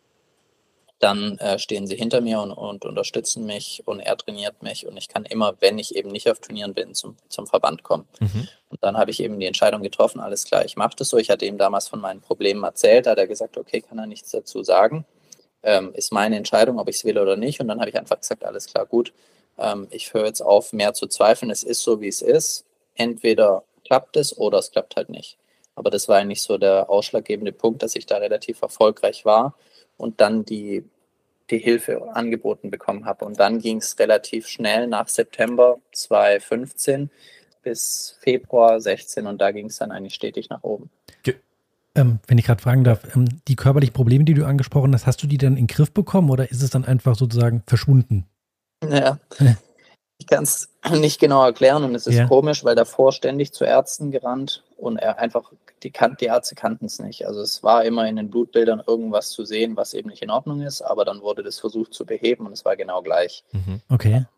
dann äh, stehen sie hinter mir und, und unterstützen mich und er trainiert mich und ich kann immer, wenn ich eben nicht auf Turnieren bin, zum, zum Verband kommen. Mhm. Und dann habe ich eben die Entscheidung getroffen, alles klar, ich mache das so. Ich hatte ihm damals von meinen Problemen erzählt, da hat er gesagt, okay, kann er nichts dazu sagen. Ähm, ist meine Entscheidung, ob ich es will oder nicht. Und dann habe ich einfach gesagt, alles klar, gut, ähm, ich höre jetzt auf, mehr zu zweifeln. Es ist so, wie es ist. Entweder klappt es oder es klappt halt nicht. Aber das war eigentlich so der ausschlaggebende Punkt, dass ich da relativ erfolgreich war und dann die, die Hilfe angeboten bekommen habe. Und dann ging es relativ schnell nach September zweitausendfünfzehn bis Februar sechzehn und da ging es dann eigentlich stetig nach oben. Ähm, wenn ich gerade fragen darf, ähm, die körperlichen Probleme, die du angesprochen hast, hast du die dann in den Griff bekommen oder ist es dann einfach sozusagen verschwunden? Ja, ich kann es nicht genau erklären und es ist Ja. komisch, weil davor ständig zu Ärzten gerannt und er einfach, die, kan- die Ärzte kannten es nicht. Also es war immer in den Blutbildern irgendwas zu sehen, was eben nicht in Ordnung ist, aber dann wurde das versucht zu beheben und es war genau gleich. Mhm. Okay.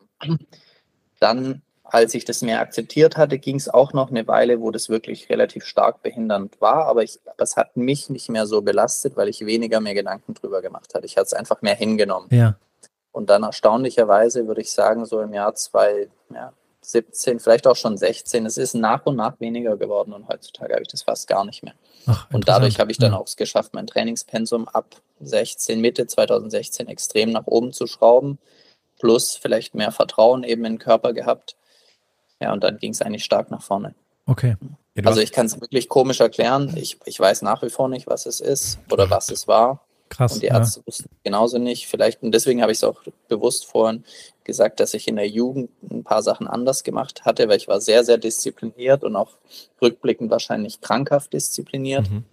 Dann, als ich das mehr akzeptiert hatte, ging es auch noch eine Weile, wo das wirklich relativ stark behindernd war, aber, ich, aber es hat mich nicht mehr so belastet, weil ich weniger mehr Gedanken drüber gemacht hatte. Ich hatte es einfach mehr hingenommen. Ja. Und dann erstaunlicherweise würde ich sagen, so im Jahr zweitausendsiebzehn, vielleicht auch schon sechzehn, es ist nach und nach weniger geworden und heutzutage habe ich das fast gar nicht mehr. Ach, Und dadurch interessant. habe ich dann Ja. auch es geschafft, mein Trainingspensum ab sechzehn, Mitte zweitausendsechzehn extrem nach oben zu schrauben, plus vielleicht mehr Vertrauen eben in den Körper gehabt. Ja, und dann ging es eigentlich stark nach vorne. Okay. Ja, du Also hast- ich kann es wirklich komisch erklären. Ich, ich weiß nach wie vor nicht, was es ist oder was es war. Krass. Und die Ja. Ärzte wussten genauso nicht. Vielleicht, und deswegen habe ich es auch bewusst vorhin gesagt, dass ich in der Jugend ein paar Sachen anders gemacht hatte, weil ich war sehr, sehr diszipliniert und auch rückblickend wahrscheinlich krankhaft diszipliniert, Mhm.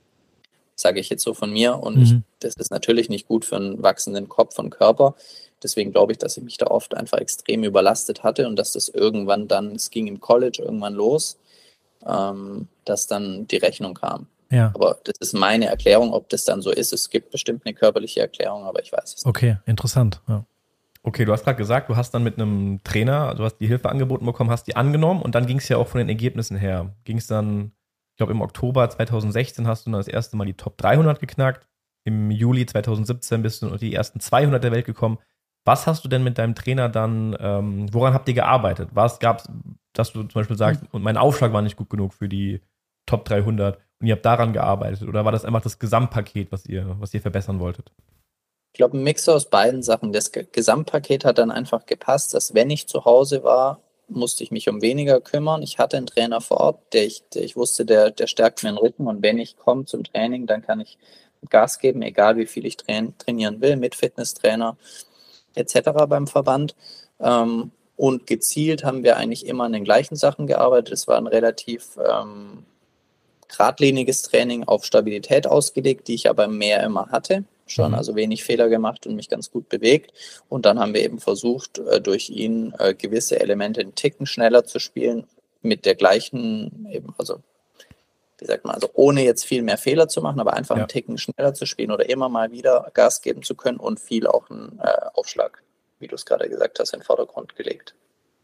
sage ich jetzt so von mir. Und Mhm. ich, das ist natürlich nicht gut für einen wachsenden Kopf und Körper. Deswegen glaube ich, dass ich mich da oft einfach extrem überlastet hatte und dass das irgendwann dann, es ging im College irgendwann los, ähm, dass dann die Rechnung kam. Ja. Aber das ist meine Erklärung, ob das dann so ist. Es gibt bestimmt eine körperliche Erklärung, aber ich weiß es nicht. Okay, interessant. Ja. Okay, du hast gerade gesagt, du hast dann mit einem Trainer, du hast die Hilfe angeboten bekommen, hast die angenommen und dann ging es ja auch von den Ergebnissen her. Ging es dann, ich glaube im Oktober zweitausendsechzehn hast du dann das erste Mal die Top dreihundert geknackt. Im Juli zweitausendsiebzehn bist du unter die ersten zweihundert der Welt gekommen. Was hast du denn mit deinem Trainer dann, ähm, woran habt ihr gearbeitet? Was gab es, dass du zum Beispiel sagst, und mein Aufschlag war nicht gut genug für die Top dreihundert und ihr habt daran gearbeitet? Oder war das einfach das Gesamtpaket, was ihr, was ihr verbessern wolltet? Ich glaube, ein Mix aus beiden Sachen. Das Ge- Gesamtpaket hat dann einfach gepasst, dass wenn ich zu Hause war, musste ich mich um weniger kümmern. Ich hatte einen Trainer vor Ort, der ich, der ich wusste, der, der stärkt mir den Rücken. Und wenn ich komme zum Training, dann kann ich Gas geben, egal wie viel ich train trainieren will, mit Fitnesstrainer et cetera beim Verband. Ähm, und gezielt haben wir eigentlich immer an den gleichen Sachen gearbeitet. Es war ein relativ ähm, geradliniges Training auf Stabilität ausgelegt, die ich aber mehr immer hatte. Schon, Mhm. also wenig Fehler gemacht und mich ganz gut bewegt. Und dann haben wir eben versucht, äh, durch ihn äh, gewisse Elemente einen Ticken schneller zu spielen, mit der gleichen, eben, also wie sagt man, also ohne jetzt viel mehr Fehler zu machen, aber einfach Ja. einen Ticken schneller zu spielen oder immer mal wieder Gas geben zu können und viel auch einen äh, Aufschlag, wie du es gerade gesagt hast, in den Vordergrund gelegt.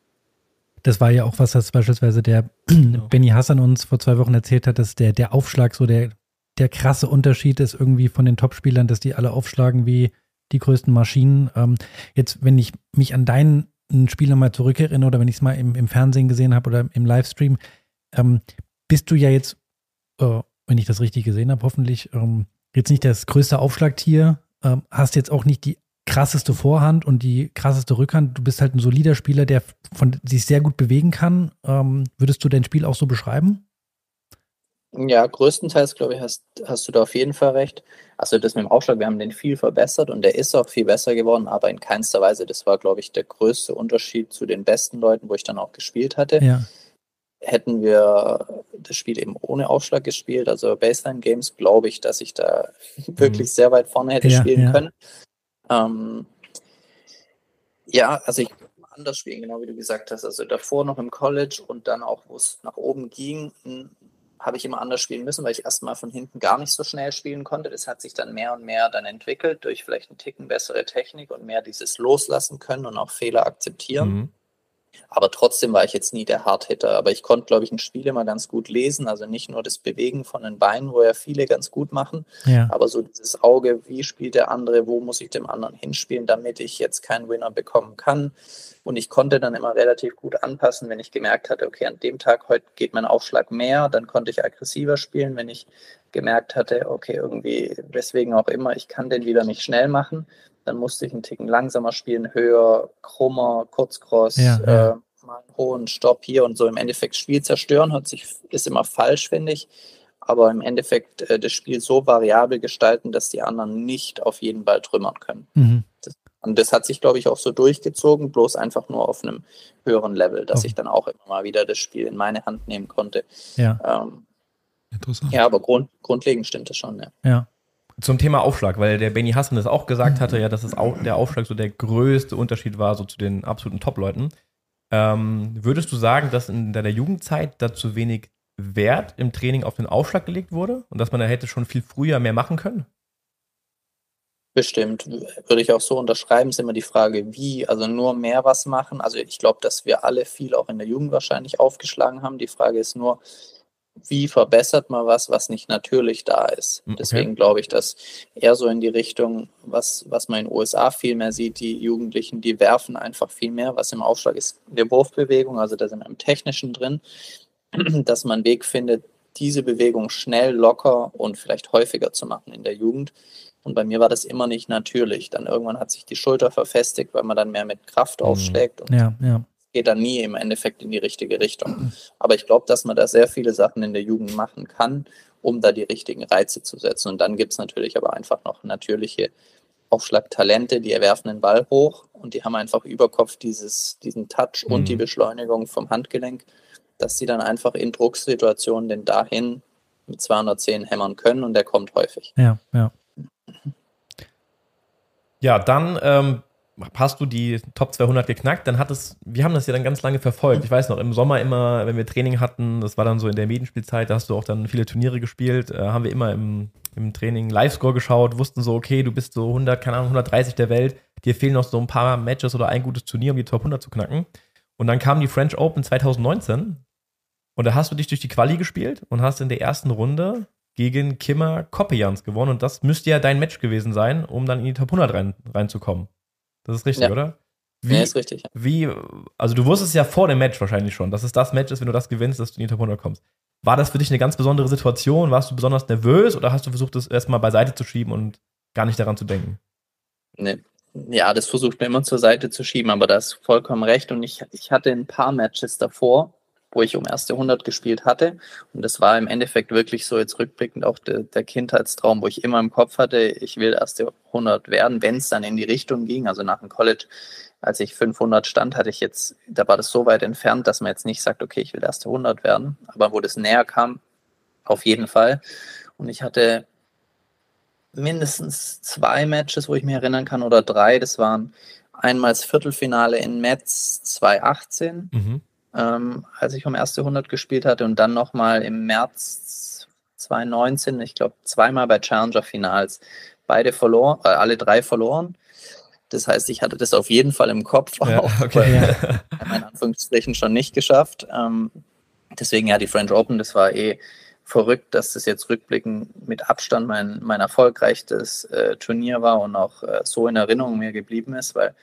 Das war ja auch was, das beispielsweise der Benny Hassan uns vor zwei Wochen erzählt hat, dass der, der Aufschlag so der, der krasse Unterschied ist irgendwie von den Topspielern, dass die alle aufschlagen wie die größten Maschinen. Ähm, jetzt, wenn ich mich an dein Spiel nochmal zurückerinnere oder wenn ich es mal im, im Fernsehen gesehen habe oder im Livestream, ähm, bist du ja jetzt, äh, wenn ich das richtig gesehen habe, hoffentlich ähm, jetzt nicht das größte Aufschlagtier, ähm, hast jetzt auch nicht die krasseste Vorhand und die krasseste Rückhand. Du bist halt ein solider Spieler, der von sich sehr gut bewegen kann. Ähm, würdest du dein Spiel auch so beschreiben? Ja, größtenteils, glaube ich, hast, hast du da auf jeden Fall recht. Also das mit dem Aufschlag, wir haben den viel verbessert und der ist auch viel besser geworden, aber in keinster Weise. Das war, glaube ich, der größte Unterschied zu den besten Leuten, wo ich dann auch gespielt hatte. Ja. Hätten wir das Spiel eben ohne Aufschlag gespielt, also Baseline Games, glaube ich, dass ich da wirklich sehr weit vorne hätte Ja, spielen ja. können. Ähm, ja, also ich anders spielen, genau wie du gesagt hast. Also davor noch im College und dann auch, wo es nach oben ging, mh, habe ich immer anders spielen müssen, weil ich erstmal von hinten gar nicht so schnell spielen konnte. Das hat sich dann mehr und mehr dann entwickelt durch vielleicht einen Ticken bessere Technik und mehr dieses Loslassen können und auch Fehler akzeptieren. Mhm. Aber trotzdem war ich jetzt nie der Hardhitter. Aber ich konnte, glaube ich, ein Spiel immer ganz gut lesen. Also nicht nur das Bewegen von den Beinen, wo ja viele ganz gut machen, Ja. aber so dieses Auge, wie spielt der andere, wo muss ich dem anderen hinspielen, damit ich jetzt keinen Winner bekommen kann. Und ich konnte dann immer relativ gut anpassen, wenn ich gemerkt hatte, okay, an dem Tag heute geht mein Aufschlag mehr, dann konnte ich aggressiver spielen. Wenn ich gemerkt hatte, okay, irgendwie, weswegen auch immer, ich kann den wieder nicht schnell machen, dann musste ich einen Ticken langsamer spielen, höher, krummer, Kurzcross, Ja, ja. äh, mal einen hohen Stopp hier und so. Im Endeffekt Spiel zerstören hört sich, ist immer falsch, finde ich. Aber im Endeffekt äh, das Spiel so variabel gestalten, dass die anderen nicht auf jeden Ball trümmern können. Mhm. Und das hat sich, glaube ich, auch so durchgezogen, bloß einfach nur auf einem höheren Level, dass Oh. ich dann auch immer mal wieder das Spiel in meine Hand nehmen konnte. Ja. Ähm, Interessant. ja, aber grund, grundlegend stimmt das schon, ja. Ja. Zum Thema Aufschlag, weil der Benny Hassan das auch gesagt hatte, ja, dass es auch der Aufschlag so der größte Unterschied war, so zu den absoluten Top-Leuten. Ähm, würdest du sagen, dass in deiner Jugendzeit da zu wenig Wert im Training auf den Aufschlag gelegt wurde und dass man da hätte schon viel früher mehr machen können? Bestimmt, würde ich auch so unterschreiben, ist immer die Frage, wie, also nur mehr was machen. Also ich glaube, dass wir alle viel auch in der Jugend wahrscheinlich aufgeschlagen haben. Die Frage ist nur, wie verbessert man was, was nicht natürlich da ist. Okay. Deswegen glaube ich, dass eher so in die Richtung, was, was man in den U S A viel mehr sieht, die Jugendlichen, die werfen einfach viel mehr, was im Aufschlag ist, der Wurfbewegung, also da sind wir im Technischen drin, dass man einen Weg findet, diese Bewegung schnell, locker und vielleicht häufiger zu machen in der Jugend. Und bei mir war das immer nicht natürlich. Dann irgendwann hat sich die Schulter verfestigt, weil man dann mehr mit Kraft aufschlägt und Ja, ja. geht dann nie im Endeffekt in die richtige Richtung. Aber ich glaube, dass man da sehr viele Sachen in der Jugend machen kann, um da die richtigen Reize zu setzen. Und dann gibt es natürlich aber einfach noch natürliche Aufschlagtalente, die werfen den Ball hoch und die haben einfach über Kopf dieses, diesen Touch und Mhm. die Beschleunigung vom Handgelenk, dass sie dann einfach in Drucksituationen den dahin mit zweihundertzehn hämmern können und der kommt häufig. Ja, ja. Ja, dann ähm, hast du die Top zweihundert geknackt, dann hat es, wir haben das ja dann ganz lange verfolgt. Ich weiß noch, im Sommer immer, wenn wir Training hatten, das war dann so in der Medienspielzeit, da hast du auch dann viele Turniere gespielt, äh, haben wir immer im, im Training Live-Score geschaut, wussten so, okay, du bist so hundert, keine Ahnung, hundertdreißig der Welt, dir fehlen noch so ein paar Matches oder ein gutes Turnier, um die Top hundert zu knacken. Und dann kam die French Open zwanzig neunzehn und da hast du dich durch die Quali gespielt und hast in der ersten Runde gegen Kimmer Koppejans gewonnen und das müsste ja dein Match gewesen sein, um dann in die Top hundert rein, reinzukommen. Das ist richtig, Ja. oder? Wie, Ja, ist richtig. Ja. wie, also du wusstest ja vor dem Match wahrscheinlich schon, dass es das Match ist, wenn du das gewinnst, dass du in die Top hundert kommst. War das für dich eine ganz besondere Situation? Warst du besonders nervös oder hast du versucht, das erstmal beiseite zu schieben und gar nicht daran zu denken? Nee. Ja, das versucht man immer zur Seite zu schieben, aber da ist vollkommen recht. Und ich, ich hatte ein paar Matches davor, wo ich um erste hundert gespielt hatte. Und das war im Endeffekt wirklich so jetzt rückblickend auch der, der Kindheitstraum, wo ich immer im Kopf hatte, ich will erste hundert werden, wenn es dann in die Richtung ging. Also nach dem College, als ich fünfhundert stand, hatte ich jetzt, da war das so weit entfernt, dass man jetzt nicht sagt, okay, ich will erste hundert werden. Aber wo das näher kam, auf jeden Fall. Und ich hatte mindestens zwei Matches, wo ich mich erinnern kann, oder drei. Das waren einmal das Viertelfinale in Metz zwanzig achtzehn. Mhm. Ähm, als ich um erste hundert gespielt hatte und dann nochmal im März zwanzig neunzehn, ich glaube zweimal bei Challenger Finals, beide verloren, äh, alle drei verloren. Das heißt, ich hatte das auf jeden Fall im Kopf, Ja, auch, okay. weil ich habe in Anführungsstrichen schon nicht geschafft. Ähm, deswegen ja, die French Open, das war eh verrückt, dass das jetzt rückblickend mit Abstand mein, mein erfolgreichstes äh, Turnier war und auch äh, so in Erinnerung mir geblieben ist, weil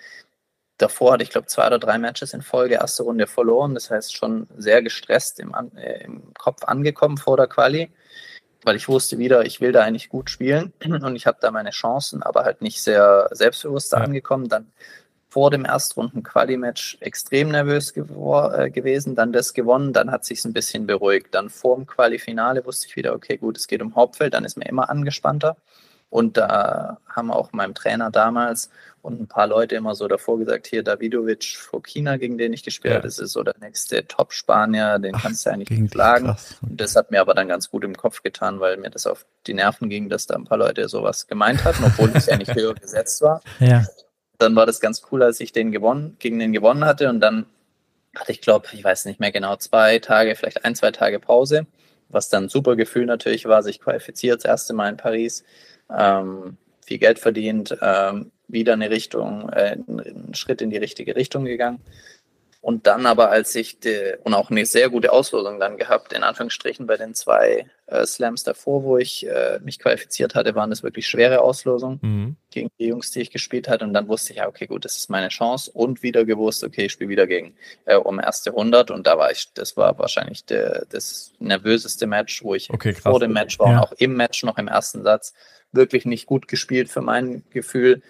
davor hatte ich, glaube zwei oder drei Matches in Folge, erste Runde verloren. Das heißt, schon sehr gestresst im, äh, im Kopf angekommen vor der Quali, weil ich wusste wieder, ich will da eigentlich gut spielen und ich habe da meine Chancen, aber halt nicht sehr selbstbewusst da Ja. angekommen. Dann vor dem Erstrunden-Quali-Match extrem nervös gewor- äh, gewesen, dann das gewonnen, dann hat sich ein bisschen beruhigt. Dann vor dem Quali-Finale wusste ich wieder, okay, gut, es geht um Hauptfeld, dann ist mir immer angespannter. Und da haben auch meinem Trainer damals und ein paar Leute immer so davor gesagt, hier Davidovic vor China, gegen den ich gespielt habe, Ja. das ist so der nächste Top-Spanier, den kannst du eigentlich Gegen nicht die, schlagen. krass. Und das hat mir aber dann ganz gut im Kopf getan, weil mir das auf die Nerven ging, dass da ein paar Leute sowas gemeint hatten, obwohl es ja nicht höher gesetzt war. Ja. Dann war das ganz cool, als ich den gewonnen, gegen den gewonnen hatte und dann hatte ich, glaube ich, weiß nicht mehr genau, zwei Tage, vielleicht ein, zwei Tage Pause, was dann ein super Gefühl natürlich war, sich qualifiziert, das erste Mal in Paris, ähm, viel Geld verdient, ähm, wieder eine Richtung, äh, einen Schritt in die richtige Richtung gegangen. Und dann aber, als ich, die, und auch eine sehr gute Auslosung dann gehabt, in Anführungsstrichen bei den zwei äh, Slams davor, wo ich äh, mich qualifiziert hatte, waren das wirklich schwere Auslosungen Mhm. gegen die Jungs, die ich gespielt hatte. Und dann wusste ich, ja, okay, gut, das ist meine Chance. Und wieder gewusst, okay, ich spiele wieder gegen äh, um erste hundert. Und da war ich, das war wahrscheinlich der, das nervöseste Match, wo ich Okay, krass. vor dem Match war Ja. und auch im Match noch im ersten Satz wirklich nicht gut gespielt für mein Gefühl.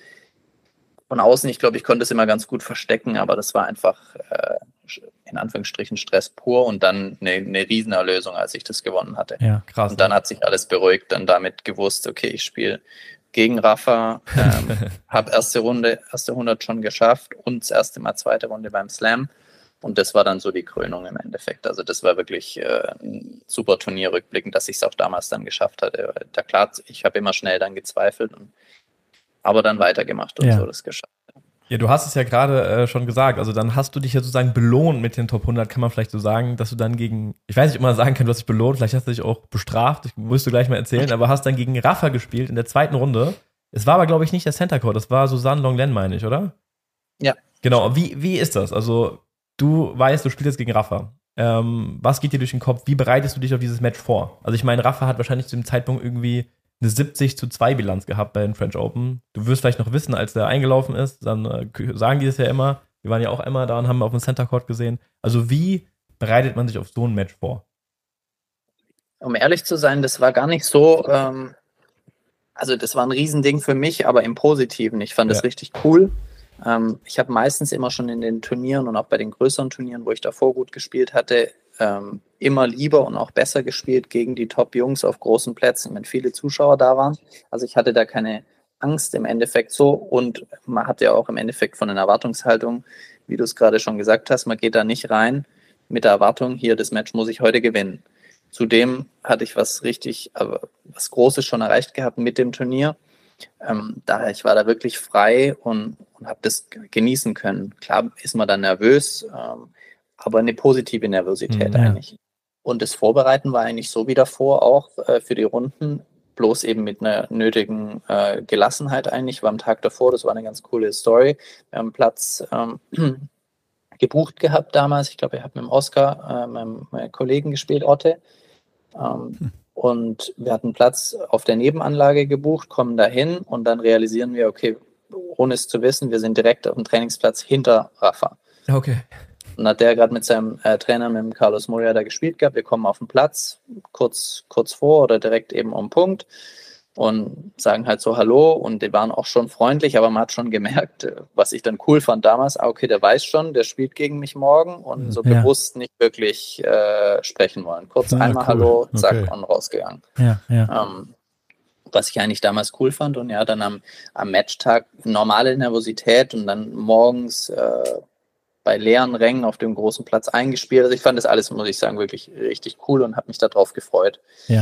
Von außen, ich glaube, ich konnte es immer ganz gut verstecken, aber das war einfach äh, in Anführungsstrichen Stress pur und dann eine, eine Riesenerlösung, als ich das gewonnen hatte. Ja. Krass. Und dann hat sich alles beruhigt, dann damit gewusst, okay, ich spiele gegen Rafa, ähm, habe erste Runde, erste hundert schon geschafft und das erste Mal zweite Runde beim Slam. Und das war dann so die Krönung im Endeffekt. Also das war wirklich äh, ein super Turnier rückblickend, dass ich es auch damals dann geschafft hatte. Da klar, ich habe immer schnell dann gezweifelt, und, aber dann weitergemacht und Ja. so das geschafft. Ja, du hast es ja gerade äh, schon gesagt, also dann hast du dich ja sozusagen belohnt mit den Top hundert, kann man vielleicht so sagen, dass du dann gegen, ich weiß nicht, ob man sagen kann, du hast dich belohnt, vielleicht hast du dich auch bestraft, ich musst du gleich mal erzählen, aber hast dann gegen Rafa gespielt in der zweiten Runde. Es war aber, glaube ich, nicht der Center Court, das war Susanne Longlen, meine ich, oder? Ja. Genau, wie, wie ist das? Also du weißt, du spielst jetzt gegen Rafa. Ähm, was geht dir durch den Kopf? Wie bereitest du dich auf dieses Match vor? Also ich meine, Rafa hat wahrscheinlich zu dem Zeitpunkt irgendwie eine siebzig zu zwei Bilanz gehabt bei den French Open. Du wirst vielleicht noch wissen, als der eingelaufen ist, dann äh, sagen die es ja immer. Wir waren ja auch einmal da und haben auf dem Center Court gesehen. Also wie bereitet man sich auf so ein Match vor? Um ehrlich zu sein, das war gar nicht so, ähm, also das war ein Riesending für mich, aber im Positiven. Ich fand das Ja. richtig cool. Ähm, ich habe meistens immer schon in den Turnieren und auch bei den größeren Turnieren, wo ich davor gut gespielt hatte, ähm, immer lieber und auch besser gespielt gegen die Top-Jungs auf großen Plätzen, wenn viele Zuschauer da waren. Also ich hatte da keine Angst im Endeffekt so, und man hat ja auch im Endeffekt von einer Erwartungshaltung, wie du es gerade schon gesagt hast, man geht da nicht rein mit der Erwartung, hier, das Match muss ich heute gewinnen. Zudem hatte ich was richtig, aber was Großes schon erreicht gehabt mit dem Turnier. Ähm, daher, ich war da wirklich frei und, und habe das genießen können. Klar ist man dann nervös, ähm, aber eine positive Nervosität Mhm, ja. eigentlich. Und das Vorbereiten war eigentlich so wie davor auch äh, für die Runden, bloß eben mit einer nötigen äh, Gelassenheit eigentlich. War am Tag davor, das war eine ganz coole Story. Wir haben Platz ähm, gebucht gehabt damals. Ich glaube, ich habe mit dem Oscar, äh, meinem, meinem Kollegen gespielt, Otte. Ähm, hm. Und wir hatten Platz auf der Nebenanlage gebucht, kommen dahin und dann realisieren wir, okay, ohne es zu wissen, wir sind direkt auf dem Trainingsplatz hinter Rafa. Okay. Und hat der gerade mit seinem äh, Trainer, mit dem Carlos Moya, da gespielt gehabt. Wir kommen auf den Platz, kurz, kurz vor oder direkt eben um Punkt, und sagen halt so Hallo, und die waren auch schon freundlich, aber man hat schon gemerkt, was ich dann cool fand damals, okay, der weiß schon, der spielt gegen mich morgen, und so Ja. bewusst nicht wirklich äh, sprechen wollen. Kurz Ah, einmal cool. Hallo, zack, Okay. und rausgegangen. Ja, ja. Ähm, was ich eigentlich damals cool fand, und ja, dann am, am Matchtag normale Nervosität und dann morgens äh, bei leeren Rängen auf dem großen Platz eingespielt. Also ich fand das alles, muss ich sagen, wirklich richtig cool und habe mich darauf gefreut. Ja.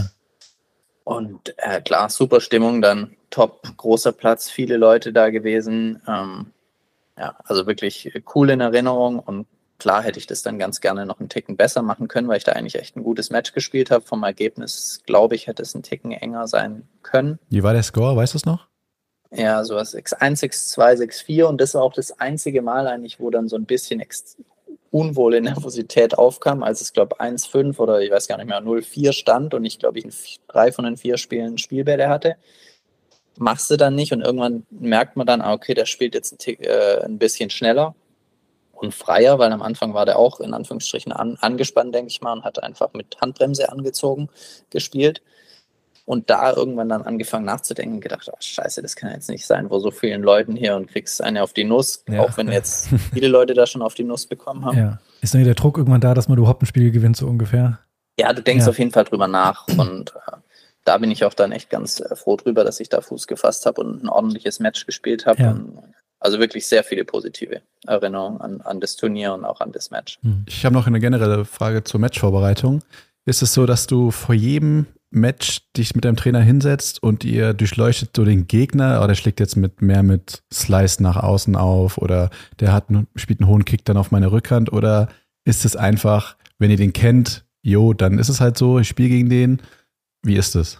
Und äh, klar, super Stimmung, dann top, großer Platz, viele Leute da gewesen. Ähm, ja, also wirklich cool in Erinnerung, und klar hätte ich das dann ganz gerne noch einen Ticken besser machen können, weil ich da eigentlich echt ein gutes Match gespielt habe. Vom Ergebnis, glaube ich, hätte es einen Ticken enger sein können. Wie war der Score? Weißt du es noch? Ja, sowas sechs eins, sechs zwei, sechs vier, und das war auch das einzige Mal eigentlich, wo dann so ein bisschen ex- unwohle Nervosität aufkam, als es, glaube ich, eins fünf oder ich weiß gar nicht mehr, null vier stand und ich, glaube ich, in drei von den vier Spielen Spielbälle hatte. Machst du dann nicht, und irgendwann merkt man dann, okay, der spielt jetzt ein, Tick, äh, ein bisschen schneller und freier, weil am Anfang war der auch in Anführungsstrichen an, angespannt, denke ich mal, und hat einfach mit Handbremse angezogen gespielt. Und da irgendwann dann angefangen nachzudenken, gedacht, oh, scheiße, das kann jetzt nicht sein, wo so vielen Leuten hier, und kriegst eine auf die Nuss, Ja. auch wenn jetzt viele Leute da schon auf die Nuss bekommen haben. Ja. Ist dann der Druck irgendwann da, dass man überhaupt ein Spiel gewinnt, so ungefähr? Ja, du denkst Ja. auf jeden Fall drüber nach, und äh, da bin ich auch dann echt ganz äh, froh drüber, dass ich da Fuß gefasst habe und ein ordentliches Match gespielt habe. Ja. Und, also wirklich sehr viele positive Erinnerungen an, an das Turnier und auch an das Match. Ich habe noch eine generelle Frage zur Matchvorbereitung. Ist es so, dass du vor jedem Match dich mit deinem Trainer hinsetzt und ihr durchleuchtet so den Gegner, oder der schlägt jetzt mit mehr mit Slice nach außen auf, oder der hat spielt einen hohen Kick dann auf meine Rückhand, oder ist es einfach, wenn ihr den kennt, jo, dann ist es halt so, ich spiele gegen den. Wie ist es?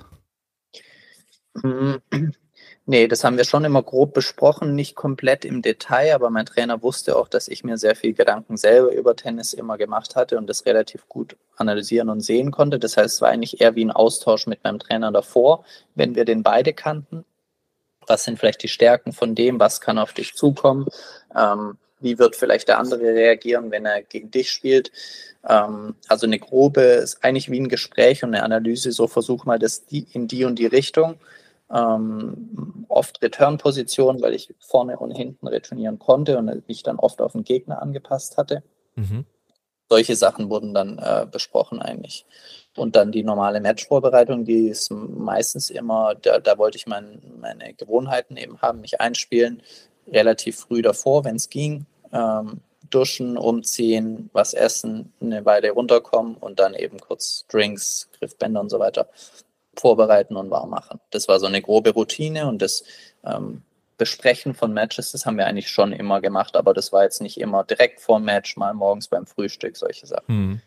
Nee, das haben wir schon immer grob besprochen, nicht komplett im Detail, aber mein Trainer wusste auch, dass ich mir sehr viel Gedanken selber über Tennis immer gemacht hatte und das relativ gut analysieren und sehen konnte. Das heißt, es war eigentlich eher wie ein Austausch mit meinem Trainer davor, wenn wir den beide kannten. Was sind vielleicht die Stärken von dem, was kann auf dich zukommen? Ähm, wie wird vielleicht der andere reagieren, wenn er gegen dich spielt? Ähm, also eine grobe, ist eigentlich wie ein Gespräch und eine Analyse, so versuch mal das die, in die und die Richtung. Ähm, oft Return-Position, weil ich vorne und hinten returnieren konnte und mich dann oft auf den Gegner angepasst hatte. Mhm. solche Sachen wurden dann äh, besprochen eigentlich. Und dann die normale Matchvorbereitung, die ist meistens immer, da, da wollte ich mein, meine Gewohnheiten eben haben, mich einspielen, relativ früh davor, wenn es ging, ähm, duschen, umziehen, was essen, eine Weile runterkommen und dann eben kurz Drinks, Griffbänder und so weiter vorbereiten und warm machen. Das war so eine grobe Routine und das ähm, Besprechen von Matches, das haben wir eigentlich schon immer gemacht, aber das war jetzt nicht immer direkt vor dem Match, mal morgens beim Frühstück, solche Sachen. Hm.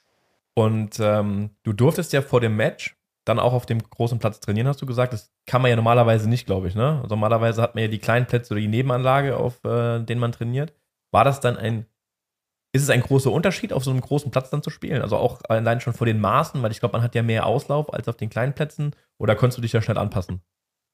Und ähm, du durftest ja vor dem Match dann auch auf dem großen Platz trainieren, hast du gesagt. Das kann man ja normalerweise nicht, glaube ich, ne? Also normalerweise hat man ja die kleinen Plätze oder die Nebenanlage, auf äh, denen man trainiert. War das dann ein, ist es ein großer Unterschied, auf so einem großen Platz dann zu spielen? Also auch allein schon vor den Maßen, weil ich glaube, man hat ja mehr Auslauf als auf den kleinen Plätzen. Oder konntest du dich da schnell anpassen?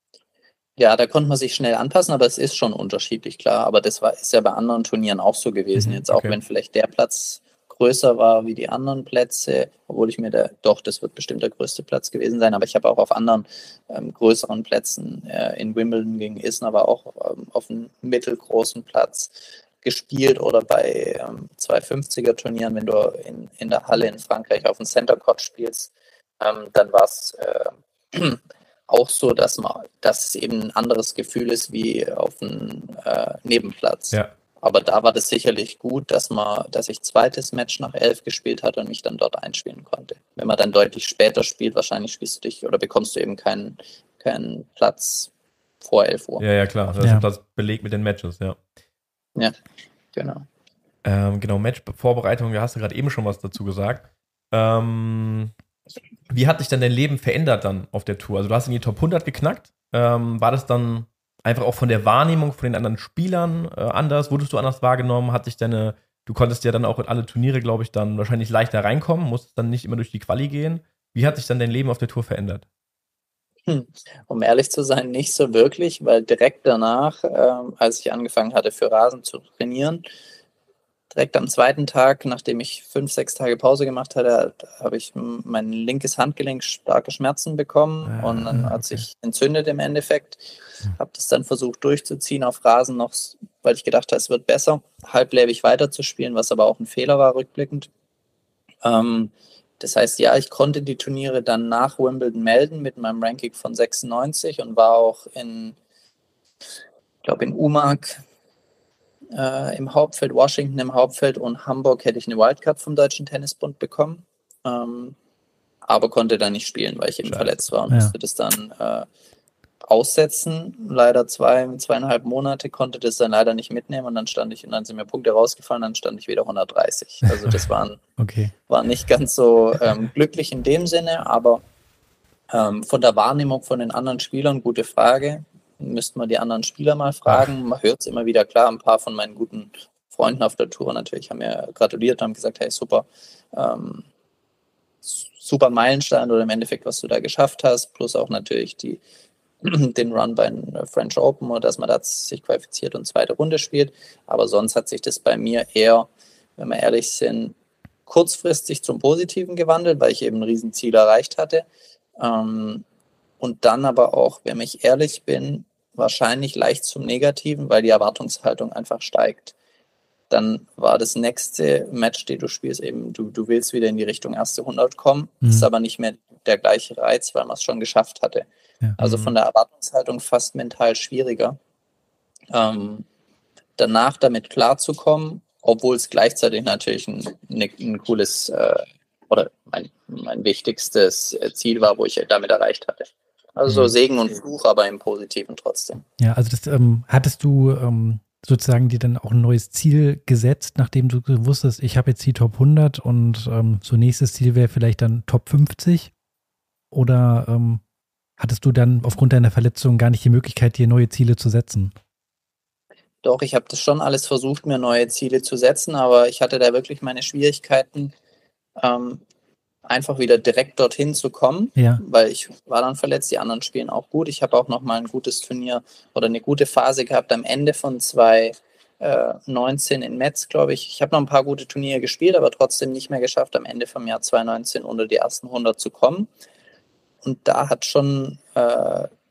Ja, da konnte man sich schnell anpassen, aber es ist schon unterschiedlich, klar. Aber das war, ist ja bei anderen Turnieren auch so gewesen. Mhm, Jetzt auch okay. wenn vielleicht der Platz größer war wie die anderen Plätze, obwohl ich mir da, doch, das wird bestimmt der größte Platz gewesen sein, aber ich habe auch auf anderen ähm, größeren Plätzen äh, in Wimbledon gegen Isner, aber auch ähm, auf einem mittelgroßen Platz gespielt oder bei ähm, zweihundertfünfziger Turnieren, wenn du in, in der Halle in Frankreich auf dem Center Court spielst, ähm, dann war es äh, auch so, dass man, dass es eben ein anderes Gefühl ist wie auf einem äh, Nebenplatz. Ja. Aber da war das sicherlich gut, dass man, dass ich zweites Match nach elf gespielt hatte und mich dann dort einspielen konnte. Wenn man dann deutlich später spielt, wahrscheinlich spielst du dich oder bekommst du eben keinen, keinen Platz vor elf Uhr. Ja, ja, klar. Das ist Ja. ein Platz belegt mit den Matches, ja. Ja, genau. Ähm, genau, Match-Vorbereitung, da hast du gerade eben schon was dazu gesagt. Ähm, wie hat sich denn dein Leben verändert dann auf der Tour? Also du hast in die Top hundert geknackt. Ähm, war das dann einfach auch von der Wahrnehmung von den anderen Spielern äh, anders? Wurdest du anders wahrgenommen? Hat sich deine, du konntest ja dann auch in alle Turniere, glaube ich, dann wahrscheinlich leichter reinkommen, musstest dann nicht immer durch die Quali gehen. Wie hat sich dann dein Leben auf der Tour verändert? Hm. Um ehrlich zu sein, nicht so wirklich, weil direkt danach, ähm, als ich angefangen hatte, für Rasen zu trainieren, direkt am zweiten Tag, nachdem ich fünf, sechs Tage Pause gemacht hatte, habe ich mein linkes Handgelenk starke Schmerzen bekommen Ah, und dann hat okay. sich entzündet im Endeffekt. Habe das dann versucht durchzuziehen auf Rasen noch, weil ich gedacht habe, es wird besser, halblebig weiterzuspielen, was aber auch ein Fehler war rückblickend. Ähm, das heißt, ja, ich konnte die Turniere dann nach Wimbledon melden mit meinem Ranking von sechsundneunzig und war auch in, ich glaube in Umag äh, im Hauptfeld, Washington im Hauptfeld und Hamburg hätte ich eine Wildcard vom Deutschen Tennisbund bekommen, ähm, aber konnte dann nicht spielen, weil ich eben Scheiße. verletzt war und Ja. musste das dann äh, aussetzen. Leider zwei, zweieinhalb Monate, konnte das dann leider nicht mitnehmen und dann stand ich, und dann sind mir Punkte rausgefallen, dann stand ich wieder hundertdreißig. Also das waren, Okay. war nicht ganz so ähm, glücklich in dem Sinne, aber ähm, von der Wahrnehmung von den anderen Spielern, gute Frage, müssten wir die anderen Spieler mal fragen. Man hört es immer wieder, klar, ein paar von meinen guten Freunden auf der Tour natürlich haben mir gratuliert, haben gesagt, hey, super, ähm, super Meilenstein oder im Endeffekt, was du da geschafft hast, plus auch natürlich die den Run bei den French Open oder dass man da sich qualifiziert und zweite Runde spielt. Aber sonst hat sich das bei mir eher, wenn wir ehrlich sind, kurzfristig zum Positiven gewandelt, weil ich eben ein Riesenziel erreicht hatte. Ähm, und dann aber auch, wenn ich ehrlich bin, wahrscheinlich leicht zum Negativen, weil die Erwartungshaltung einfach steigt. Dann war das nächste Match, den du spielst, eben, du, du willst wieder in die Richtung erste hundert kommen, Mhm. ist aber nicht mehr der gleiche Reiz, weil man es schon geschafft hatte. Ja. Also Mhm. von der Erwartungshaltung fast mental schwieriger, ähm, danach damit klarzukommen, obwohl es gleichzeitig natürlich ein, ein, ein cooles äh, oder mein, mein wichtigstes Ziel war, wo ich damit erreicht hatte. Also Mhm. Segen und Fluch, aber im Positiven trotzdem. Ja, also das ähm, hattest du ähm, sozusagen dir dann auch ein neues Ziel gesetzt, nachdem du wusstest, ich habe jetzt die Top hundert und ähm, so nächstes Ziel wäre vielleicht dann Top fünfzig? Oder ähm, hattest du dann aufgrund deiner Verletzung gar nicht die Möglichkeit, dir neue Ziele zu setzen? Doch, ich habe das schon alles versucht, mir neue Ziele zu setzen, aber ich hatte da wirklich meine Schwierigkeiten, ähm, einfach wieder direkt dorthin zu kommen, Ja. weil ich war dann verletzt, die anderen spielen auch gut. Ich habe auch nochmal ein gutes Turnier oder eine gute Phase gehabt am Ende von zwanzig neunzehn in Metz, glaube ich. Ich habe noch ein paar gute Turniere gespielt, aber trotzdem nicht mehr geschafft, am Ende vom Jahr zwanzig neunzehn unter die ersten hundert zu kommen. Und da hat schon äh,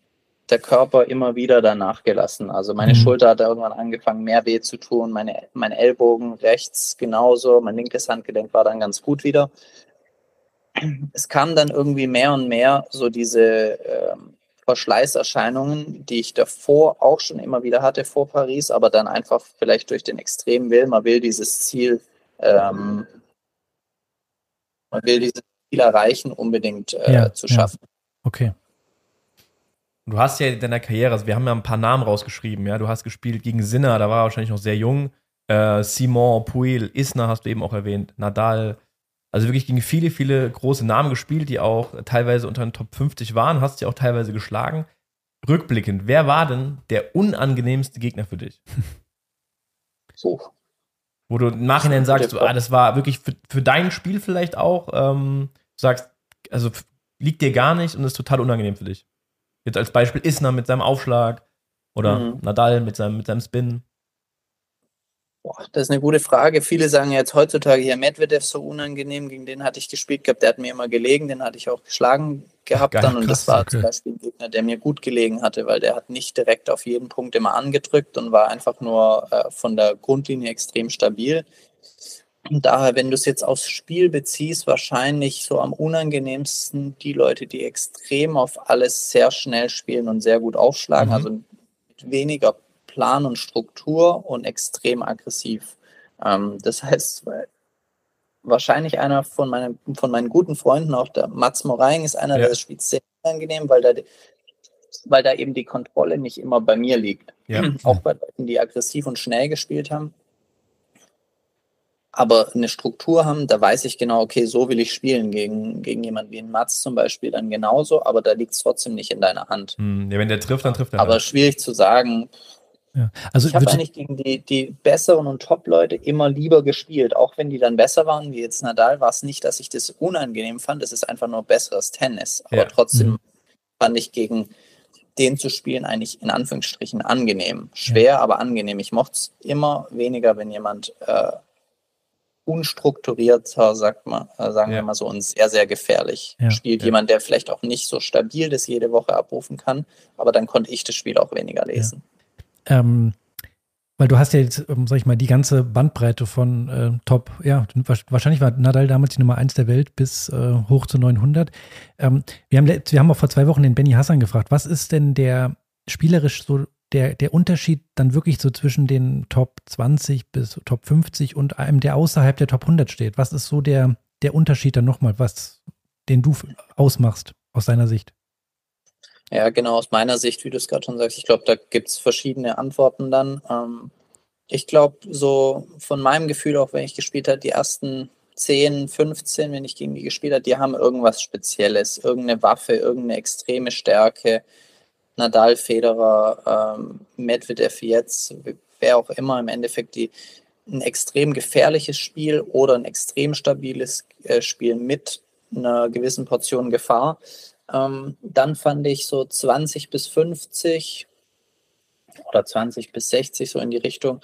der Körper immer wieder danach gelassen. Also meine Mhm. Schulter hat irgendwann angefangen, mehr weh zu tun, meine, mein Ellbogen rechts genauso, mein linkes Handgelenk war dann ganz gut wieder. Es kam dann irgendwie mehr und mehr so diese ähm, Verschleißerscheinungen, die ich davor auch schon immer wieder hatte vor Paris, aber dann einfach vielleicht durch den extremen Willen, man will dieses Ziel, ähm, man will dieses Ziel erreichen, unbedingt äh, Ja, zu ja. schaffen. Okay. Du hast ja in deiner Karriere, also wir haben ja ein paar Namen rausgeschrieben, ja. Du hast gespielt gegen Sinner, da war er wahrscheinlich noch sehr jung. Äh, Simon, Puig, Isner hast du eben auch erwähnt, Nadal. Also wirklich gegen viele, viele große Namen gespielt, die auch teilweise unter den Top fünfzig waren, hast dich auch teilweise geschlagen. Rückblickend, wer war denn der unangenehmste Gegner für dich? So. Wo du im Nachhinein sagst, du, ah, das war wirklich für, für dein Spiel vielleicht auch, ähm, du sagst, also f- liegt dir gar nicht und ist total unangenehm für dich. Jetzt als Beispiel Isner mit seinem Aufschlag oder Mhm. Nadal mit seinem, mit seinem Spin. Boah, das ist eine gute Frage. Viele sagen jetzt heutzutage hier Medvedev so unangenehm, gegen den hatte ich gespielt gehabt, der hat mir immer gelegen, den hatte ich auch geschlagen gehabt Geil, dann und krass, das war okay. zum Beispiel ein Gegner, der mir gut gelegen hatte, weil der hat nicht direkt auf jeden Punkt immer angedrückt und war einfach nur äh, von der Grundlinie extrem stabil. Und daher, wenn du es jetzt aufs Spiel beziehst, wahrscheinlich so am unangenehmsten die Leute, die extrem auf alles sehr schnell spielen und sehr gut aufschlagen, Mhm. also mit weniger Plan und Struktur und extrem aggressiv. Ähm, das heißt, wahrscheinlich einer von meinen, von meinen guten Freunden, auch der Mats Moraing ist einer, Ja. der spielt sehr unangenehm, weil da, weil da eben die Kontrolle nicht immer bei mir liegt. Ja. Auch bei Leuten, die aggressiv und schnell gespielt haben. Aber eine Struktur haben, da weiß ich genau, okay, so will ich spielen gegen, gegen jemanden wie ein Mats zum Beispiel dann genauso, aber da liegt es trotzdem nicht in deiner Hand. Hm, ja, wenn der trifft, dann trifft er Aber halt. schwierig zu sagen. Ja. Also Ich habe würdest du- eigentlich gegen die, die besseren und Top-Leute immer lieber gespielt. Auch wenn die dann besser waren, wie jetzt Nadal, war es nicht, dass ich das unangenehm fand. Es ist einfach nur besseres Tennis. Aber Ja. trotzdem Mhm. fand ich gegen den zu spielen eigentlich in Anführungsstrichen angenehm. Schwer, aber angenehm. Ich mochte es immer weniger, wenn jemand äh, unstrukturierter, sagt man, äh, sagen Ja. wir mal so, und sehr, sehr gefährlich Ja. spielt. Ja. Jemand, der vielleicht auch nicht so stabil das jede Woche abrufen kann. Aber dann konnte ich das Spiel auch weniger lesen. ähm, weil du hast ja jetzt, ähm, sag ich mal, die ganze Bandbreite von äh, Top, ja, wahrscheinlich war Nadal damals die Nummer eins der Welt bis äh, hoch zu neunhundert. Ähm, wir, haben, wir haben auch vor zwei Wochen den Benny Hassan gefragt, was ist denn der spielerisch so der, der Unterschied dann wirklich so zwischen den Top zwanzig bis Top fünfzig und einem, der außerhalb der Top hundert steht? Was ist so der, der Unterschied dann nochmal, was, den du ausmachst aus deiner Sicht? Ja, genau, aus meiner Sicht, wie du es gerade schon sagst, ich glaube, da gibt es verschiedene Antworten dann. Ähm, ich glaube, so von meinem Gefühl, auch wenn ich gespielt habe, die ersten zehn, fünfzehn, wenn ich gegen die gespielt habe, die haben irgendwas Spezielles, irgendeine Waffe, irgendeine extreme Stärke. Nadal, Federer, ähm, Medvedev jetzt, wer auch immer im Endeffekt, die ein extrem gefährliches Spiel oder ein extrem stabiles äh, Spiel mit einer gewissen Portion Gefahr. Ähm, dann fand ich so zwanzig bis fünfzig oder zwanzig bis sechzig so in die Richtung.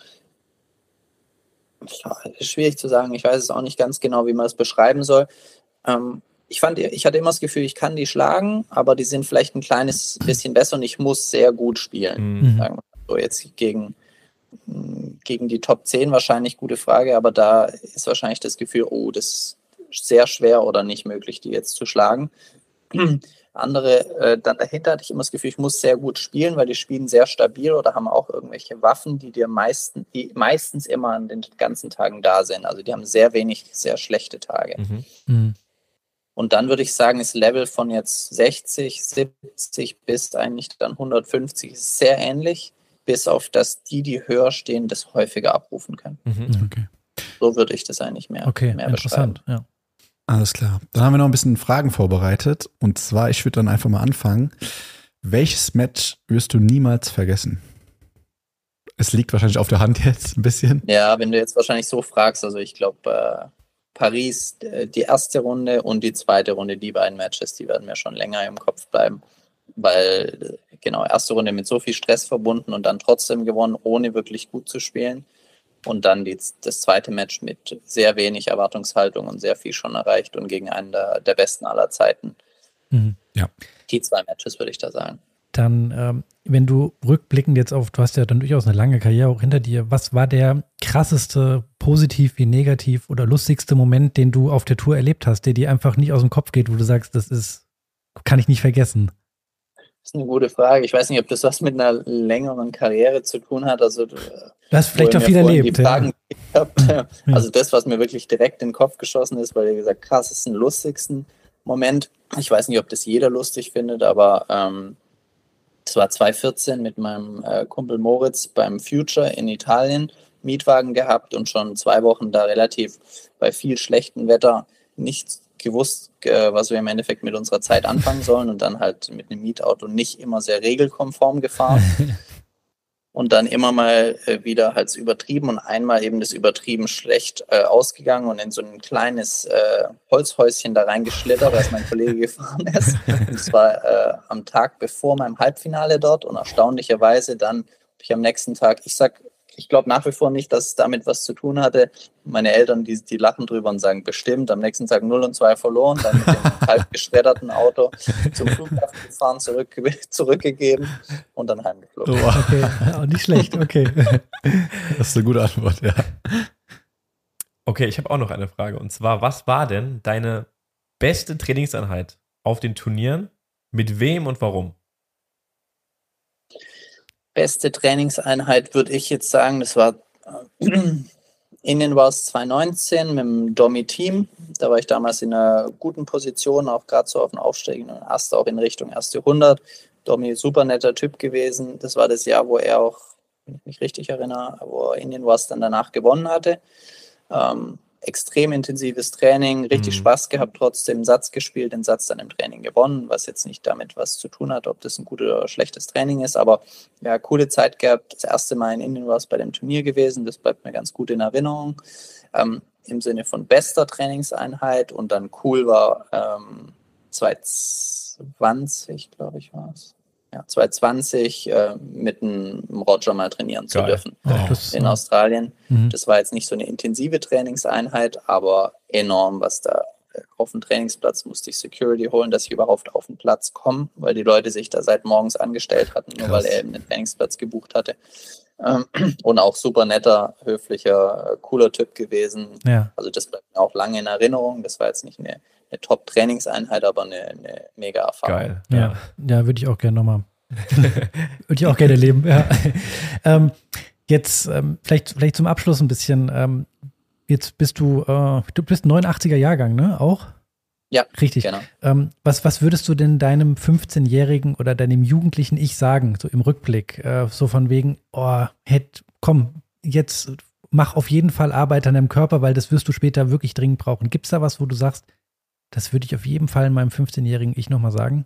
Ja, ist schwierig zu sagen. Ich weiß es auch nicht ganz genau, wie man es beschreiben soll. Ähm, ich fand, ich hatte immer das Gefühl, ich kann die schlagen, aber die sind vielleicht ein kleines bisschen besser und ich muss sehr gut spielen. Mhm. Sagen wir so jetzt gegen, gegen die Top zehn wahrscheinlich, gute Frage, aber da ist wahrscheinlich das Gefühl, oh, das ist sehr schwer oder nicht möglich, die jetzt zu schlagen. Andere, äh, dann dahinter hatte ich immer das Gefühl, ich muss sehr gut spielen, weil die spielen sehr stabil oder haben auch irgendwelche Waffen, die dir meisten, die meistens immer an den ganzen Tagen da sind. Also die haben sehr wenig, sehr schlechte Tage. Mhm. Mhm. Und dann würde ich sagen, das Level von jetzt sechzig, siebzig bis eigentlich dann hundertfünfzig ist sehr ähnlich, bis auf dass die, die höher stehen, das häufiger abrufen können. Mhm. Okay. So würde ich das eigentlich mehr, Okay, mehr interessant, beschreiben. ja. Alles klar. Dann haben wir noch ein bisschen Fragen vorbereitet. Und zwar, ich würde dann einfach mal anfangen. Welches Match wirst du niemals vergessen? Es liegt wahrscheinlich auf der Hand jetzt ein bisschen. Ja, wenn du jetzt wahrscheinlich so fragst, also ich glaube, äh, Paris, äh, die erste Runde und die zweite Runde, die beiden Matches, die werden mir schon länger im Kopf bleiben, weil, äh, genau, erste Runde mit so viel Stress verbunden und dann trotzdem gewonnen, ohne wirklich gut zu spielen. Und dann die, das zweite Match mit sehr wenig Erwartungshaltung und sehr viel schon erreicht und gegen einen der, der besten aller Zeiten. Mhm. Ja. Die zwei Matches würde ich da sagen. dann, ähm, wenn du rückblickend jetzt auf, du hast ja dann durchaus eine lange Karriere auch hinter dir, was war der krasseste, positiv wie negativ oder lustigste Moment, den du auf der Tour erlebt hast, der dir einfach nicht aus dem Kopf geht, wo du sagst, das ist, kann ich nicht vergessen? Das ist eine gute Frage. Ich weiß nicht, ob das was mit einer längeren Karriere zu tun hat. Also, du hast vielleicht auch viel erlebt. Ja. Habt. Also das, was mir wirklich direkt in den Kopf geschossen ist, weil ihr gesagt, krass, das ist ein lustigsten Moment. Ich weiß nicht, ob das jeder lustig findet, aber ähm, es war zwanzig vierzehn mit meinem äh, Kumpel Moritz beim Future in Italien, Mietwagen gehabt und schon zwei Wochen da relativ bei viel schlechtem Wetter nicht gewusst, äh, was wir im Endeffekt mit unserer Zeit anfangen sollen und dann halt mit einem Mietauto nicht immer sehr regelkonform gefahren und dann immer mal äh, wieder halt übertrieben und einmal eben das übertrieben schlecht äh, ausgegangen und in so ein kleines äh, Holzhäuschen da reingeschlittert, als mein Kollege gefahren ist. Und das war äh, am Tag bevor meinem Halbfinale dort und erstaunlicherweise dann habe ich am nächsten Tag, ich sag, ich glaube nach wie vor nicht, dass es damit was zu tun hatte. Meine Eltern, die, die lachen drüber und sagen, bestimmt, am nächsten Tag null und zwei verloren, dann mit dem halb geschredderten Auto zum Flughafen gefahren, zurück, zurückgegeben und dann heimgeflogen. Oh, okay, auch nicht schlecht, okay. Das ist eine gute Antwort, ja. Okay, ich habe auch noch eine Frage. Und zwar, was war denn deine beste Trainingseinheit auf den Turnieren? Mit wem und warum? Beste Trainingseinheit würde ich jetzt sagen, das war äh, Indian Wells zwanzig neunzehn mit dem Domi-Team. Da war ich damals in einer guten Position, auch gerade so auf dem aufsteigenden Ast, auch in Richtung erste hundert. Domi, super netter Typ gewesen. Das war das Jahr, wo er auch, wenn ich mich richtig erinnere, wo er Indian Wells dann danach gewonnen hatte. Ähm, extrem intensives Training, richtig mhm. Spaß gehabt, trotzdem einen Satz gespielt, den Satz dann im Training gewonnen, was jetzt nicht damit was zu tun hat, ob das ein gutes oder schlechtes Training ist, aber ja, coole Zeit gehabt, das erste Mal in Indian Wells bei dem Turnier gewesen, das bleibt mir ganz gut in Erinnerung, ähm, im Sinne von bester Trainingseinheit und dann cool war ähm, zwanzig zwanzig, glaube ich, war es. Ja, zwanzig zwanzig äh, mit dem Roger mal trainieren zu Geil. dürfen oh, das, in Australien. Mhm. Das war jetzt nicht so eine intensive Trainingseinheit, aber enorm, was da auf dem Trainingsplatz musste ich Security holen, dass ich überhaupt auf den Platz komme, weil die Leute sich da seit morgens angestellt hatten, nur Krass. weil er eben den Trainingsplatz gebucht hatte. Ähm, und auch super netter, höflicher, cooler Typ gewesen. Ja. Also das bleibt mir auch lange in Erinnerung. Das war jetzt nicht eine eine Top-Trainingseinheit, aber eine, eine mega Erfahrung. Geil. Ja, ja, ja würde ich auch gerne nochmal. würde ich auch gerne erleben. Ja. ähm, jetzt ähm, vielleicht, vielleicht zum Abschluss ein bisschen. Ähm, jetzt bist du, äh, du bist neunundachtziger Jahrgang, ne? Auch? Ja, richtig. Genau. Ähm, was, was würdest du denn deinem fünfzehnjährigen oder deinem jugendlichen Ich sagen, so im Rückblick? Äh, so von wegen, oh, hätt, komm, jetzt mach auf jeden Fall Arbeit an deinem Körper, weil das wirst du später wirklich dringend brauchen. Gibt es da was, wo du sagst, das würde ich auf jeden Fall meinem fünfzehnjährigen Ich nochmal sagen?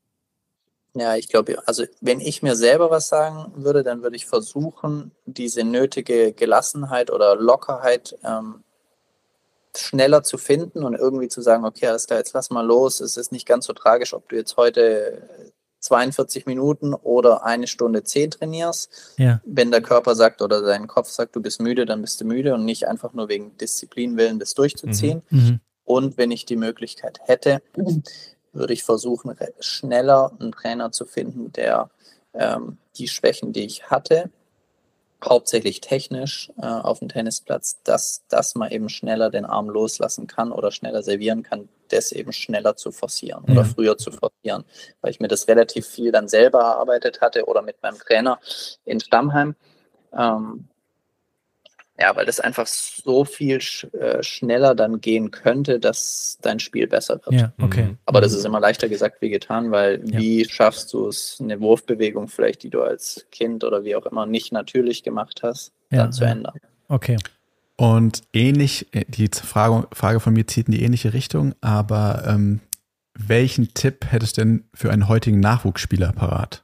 Ja, ich glaube, also wenn ich mir selber was sagen würde, dann würde ich versuchen, diese nötige Gelassenheit oder Lockerheit ähm, schneller zu finden und irgendwie zu sagen, okay, alles klar, jetzt lass mal los. Es ist nicht ganz so tragisch, ob du jetzt heute zweiundvierzig Minuten oder eine Stunde zehn trainierst. Ja. Wenn der Körper sagt oder dein Kopf sagt, du bist müde, dann bist du müde und nicht einfach nur wegen Disziplin willen, das durchzuziehen. Mhm. Und wenn ich die Möglichkeit hätte, würde ich versuchen, schneller einen Trainer zu finden, der ähm, die Schwächen, die ich hatte, hauptsächlich technisch äh, auf dem Tennisplatz, dass, dass man eben schneller den Arm loslassen kann oder schneller servieren kann, das eben schneller zu forcieren oder ja. früher zu forcieren, weil ich mir das relativ viel dann selber erarbeitet hatte oder mit meinem Trainer in Stammheim. Ähm, ja, weil das einfach so viel sch- äh, schneller dann gehen könnte, dass dein Spiel besser wird. Ja, okay. Aber das ist immer leichter gesagt wie getan, weil ja. wie schaffst du es, eine Wurfbewegung vielleicht, die du als Kind oder wie auch immer nicht natürlich gemacht hast, ja, dann zu ja. ändern. Okay. Und ähnlich, die Frage, Frage von mir zieht in die ähnliche Richtung, aber ähm, welchen Tipp hättest du denn für einen heutigen Nachwuchsspieler parat?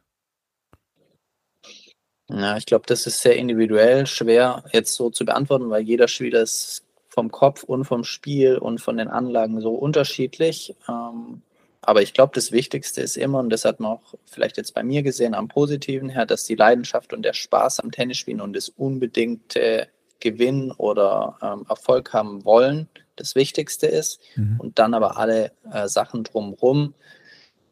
Ja, ich glaube, das ist sehr individuell, schwer jetzt so zu beantworten, weil jeder Spieler ist vom Kopf und vom Spiel und von den Anlagen so unterschiedlich. Ähm, aber ich glaube, das Wichtigste ist immer, und das hat man auch vielleicht jetzt bei mir gesehen, am Positiven her, dass die Leidenschaft und der Spaß am Tennisspielen und das unbedingte Gewinn oder ähm, Erfolg haben wollen, das Wichtigste ist. Mhm. Und dann aber alle äh, Sachen drumherum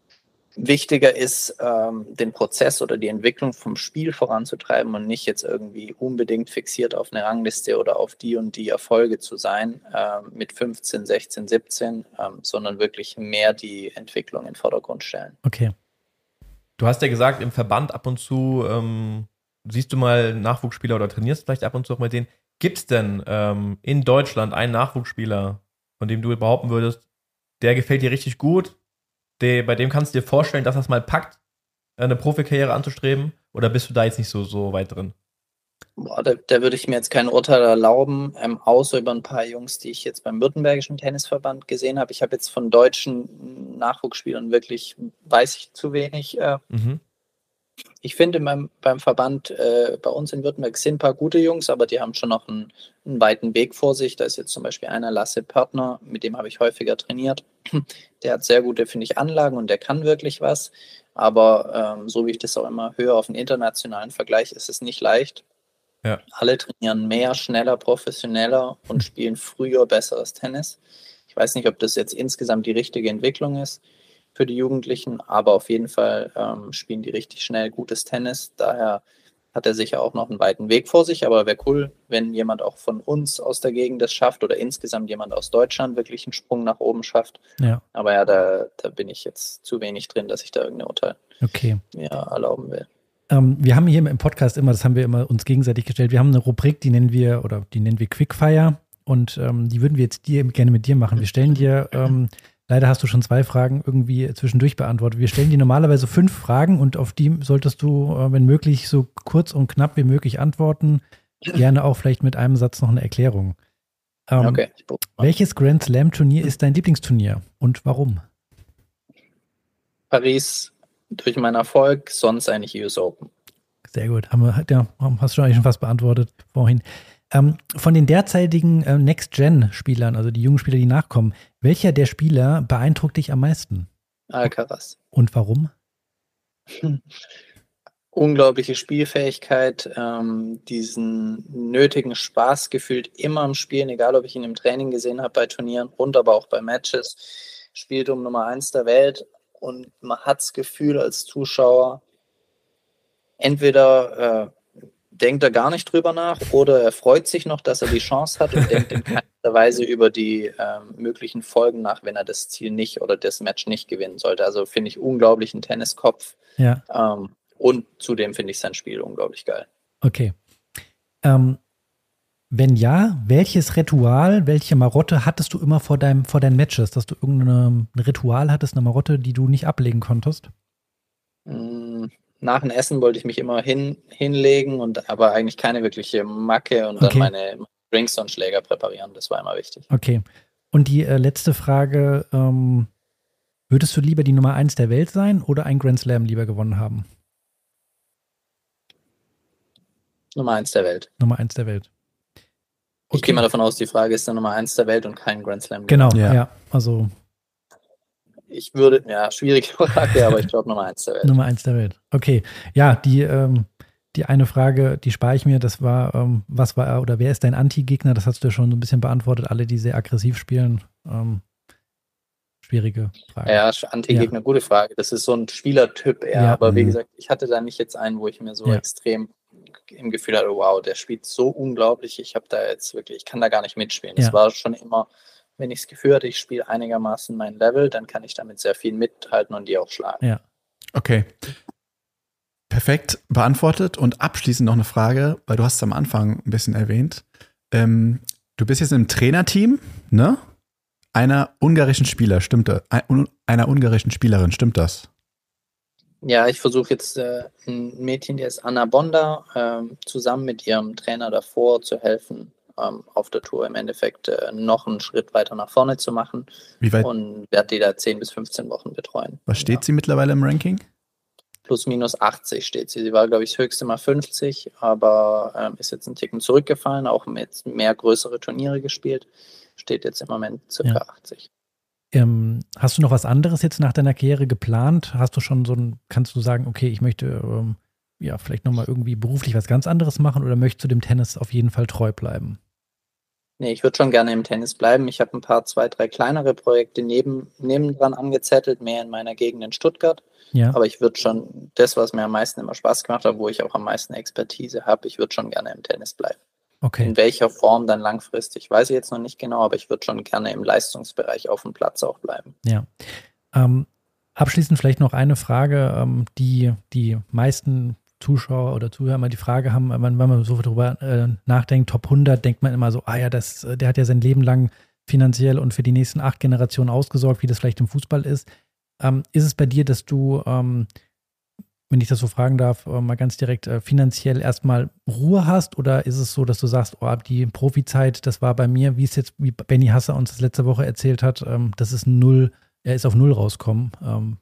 wichtiger ist, ähm, den Prozess oder die Entwicklung vom Spiel voranzutreiben und nicht jetzt irgendwie unbedingt fixiert auf eine Rangliste oder auf die und die Erfolge zu sein ähm, mit fünfzehn, sechzehn, siebzehn, ähm, sondern wirklich mehr die Entwicklung in den Vordergrund stellen. Okay. Du hast ja gesagt, im Verband ab und zu ähm, siehst du mal Nachwuchsspieler oder trainierst vielleicht ab und zu auch mit denen. Gibt es denn ähm, in Deutschland einen Nachwuchsspieler, von dem du behaupten würdest, der gefällt dir richtig gut, der, bei dem kannst du dir vorstellen, dass er es mal packt, eine Profikarriere anzustreben? Oder bist du da jetzt nicht so, so weit drin? Boah, da, da würde ich mir jetzt kein Urteil erlauben, ähm, außer über ein paar Jungs, die ich jetzt beim Württembergischen Tennisverband gesehen habe. Ich habe jetzt von deutschen Nachwuchsspielern wirklich, weiß ich zu wenig. Äh, Mhm. Ich finde beim, beim Verband äh, bei uns in Württemberg sind ein paar gute Jungs, aber die haben schon noch einen, einen weiten Weg vor sich. Da ist jetzt zum Beispiel einer, Lasse Pörtner, mit dem habe ich häufiger trainiert. Der hat sehr gute, finde ich, Anlagen und der kann wirklich was. Aber ähm, so wie ich das auch immer höre auf einen internationalen Vergleich, ist es nicht leicht. Ja. Alle trainieren mehr, schneller, professioneller und spielen früher besseres Tennis. Ich weiß nicht, ob das jetzt insgesamt die richtige Entwicklung ist für die Jugendlichen, aber auf jeden Fall ähm, spielen die richtig schnell gutes Tennis. Daher hat er sicher auch noch einen weiten Weg vor sich, aber wäre cool, wenn jemand auch von uns aus der Gegend das schafft oder insgesamt jemand aus Deutschland wirklich einen Sprung nach oben schafft. Ja. Aber ja, da, da bin ich jetzt zu wenig drin, dass ich da irgendein Urteil Okay. mir erlauben will. Ähm, wir haben hier im Podcast immer, das haben wir immer uns gegenseitig gestellt, wir haben eine Rubrik, die nennen wir, oder die nennen wir Quickfire und ähm, die würden wir jetzt dir, gerne mit dir machen. Wir stellen dir, ähm, leider hast du schon zwei Fragen irgendwie zwischendurch beantwortet. Wir stellen dir normalerweise fünf Fragen und auf die solltest du, äh, wenn möglich, so kurz und knapp wie möglich antworten. Gerne auch vielleicht mit einem Satz noch eine Erklärung. Ähm, Okay. Welches Grand Slam Turnier ist dein Lieblingsturnier und warum? Paris durch meinen Erfolg, sonst eigentlich U S Open. Sehr gut. Haben wir, ja, hast du eigentlich schon fast beantwortet vorhin. Ähm, von den derzeitigen äh, Next-Gen-Spielern, also die jungen Spieler, die nachkommen, welcher der Spieler beeindruckt dich am meisten? Alcaraz. Und warum? Unglaubliche Spielfähigkeit, ähm, diesen nötigen Spaß gefühlt immer im Spielen, egal ob ich ihn im Training gesehen habe bei Turnieren und aber auch bei Matches, spielt um Nummer eins der Welt und man hat das Gefühl als Zuschauer, entweder äh, denkt er gar nicht drüber nach oder er freut sich noch, dass er die Chance hat und denkt in keiner Weise über die ähm, möglichen Folgen nach, wenn er das Ziel nicht oder das Match nicht gewinnen sollte. Also finde ich unglaublich einen Tenniskopf. Ja. Ähm, und zudem finde ich sein Spiel unglaublich geil. Okay. Ähm, wenn ja, welches Ritual, welche Marotte hattest du immer vor, deinem, vor deinen Matches? Dass du irgendein Ritual hattest, eine Marotte, die du nicht ablegen konntest? Nach dem Essen wollte ich mich immer hin, hinlegen, und aber eigentlich keine wirkliche Macke und Okay. dann meine Drinks und Schläger präparieren. Das war immer wichtig. Okay. Und die äh, letzte Frage, ähm, würdest du lieber die Nummer eins der Welt sein oder ein Grand Slam lieber gewonnen haben? Nummer eins der Welt. Nummer eins der Welt. Ich gehe mal davon aus, die Frage ist dann Nummer eins der Welt und kein Grand Slam. Genau, ja. Ja. Also Ich würde, ja, schwierige Frage, aber ich glaube Nummer eins der Welt. Nummer eins der Welt. Okay. Ja, die, ähm, die eine Frage, die spare ich mir, das war, ähm, was war oder wer ist dein Anti-Gegner? Das hast du ja schon so ein bisschen beantwortet. Alle, die sehr aggressiv spielen. Ähm, schwierige Frage. Ja, Anti-Gegner, Ja. gute Frage. Das ist so ein Spielertyp eher. Ja. Aber wie Mhm. gesagt, ich hatte da nicht jetzt einen, wo ich mir so Ja. extrem im Gefühl hatte, wow, der spielt so unglaublich. Ich habe da jetzt wirklich, ich kann da gar nicht mitspielen. Das Ja. war schon immer, wenn ich das Gefühl hatte, ich spiele einigermaßen mein Level, dann kann ich damit sehr viel mithalten und die auch schlagen. Ja. Okay. Perfekt beantwortet. Und abschließend noch eine Frage, weil du hast es am Anfang ein bisschen erwähnt. Ähm, du bist jetzt im Trainerteam, ne? Einer ungarischen Spieler, stimmt das? Ein, einer ungarischen Spielerin, stimmt das? Ja, ich versuche jetzt äh, ein Mädchen, die ist Anna Bonda, ähm, zusammen mit ihrem Trainer davor zu helfen, ähm, auf der Tour im Endeffekt äh, noch einen Schritt weiter nach vorne zu machen, Wie weit, und werde die da zehn bis fünfzehn Wochen betreuen. was steht sie mittlerweile im Ranking? Plus minus achtzig steht sie. Sie war, glaube ich, das höchste mal fünfzig, aber ähm, ist jetzt einen Ticken zurückgefallen, auch mit mehr größere Turniere gespielt. Steht jetzt im Moment ca. Ja. achtzig. Ähm, hast du noch was anderes jetzt nach deiner Karriere geplant? Hast du schon so ein, kannst du sagen, okay, ich möchte ähm, ja vielleicht nochmal irgendwie beruflich was ganz anderes machen oder möchtest du dem Tennis auf jeden Fall treu bleiben? Nee, ich würde schon gerne im Tennis bleiben. Ich habe ein paar, zwei, drei kleinere Projekte neben, nebendran angezettelt, mehr in meiner Gegend in Stuttgart. Ja. Aber ich würde schon das, was mir am meisten immer Spaß gemacht hat, wo ich auch am meisten Expertise habe, ich würde schon gerne im Tennis bleiben. Okay. In welcher Form dann langfristig, weiß ich jetzt noch nicht genau, aber ich würde schon gerne im Leistungsbereich auf dem Platz auch bleiben. Ja. Ähm, abschließend vielleicht noch eine Frage, ähm, die die meisten Zuschauer oder Zuhörer immer die Frage haben, wenn, wenn man so darüber äh, nachdenkt, Top hundert, denkt man immer so, ah ja, das, der hat ja sein Leben lang finanziell und für die nächsten acht Generationen ausgesorgt, wie das vielleicht im Fußball ist. Ähm, ist es bei dir, dass du, ähm, wenn ich das so fragen darf, äh, mal ganz direkt äh, finanziell erstmal Ruhe hast, oder ist es so, dass du sagst, oh, die Profizeit, das war bei mir, wie es jetzt, wie Benny Hasser uns das letzte Woche erzählt hat, ähm, das ist null, er ist auf null rausgekommen. Ähm,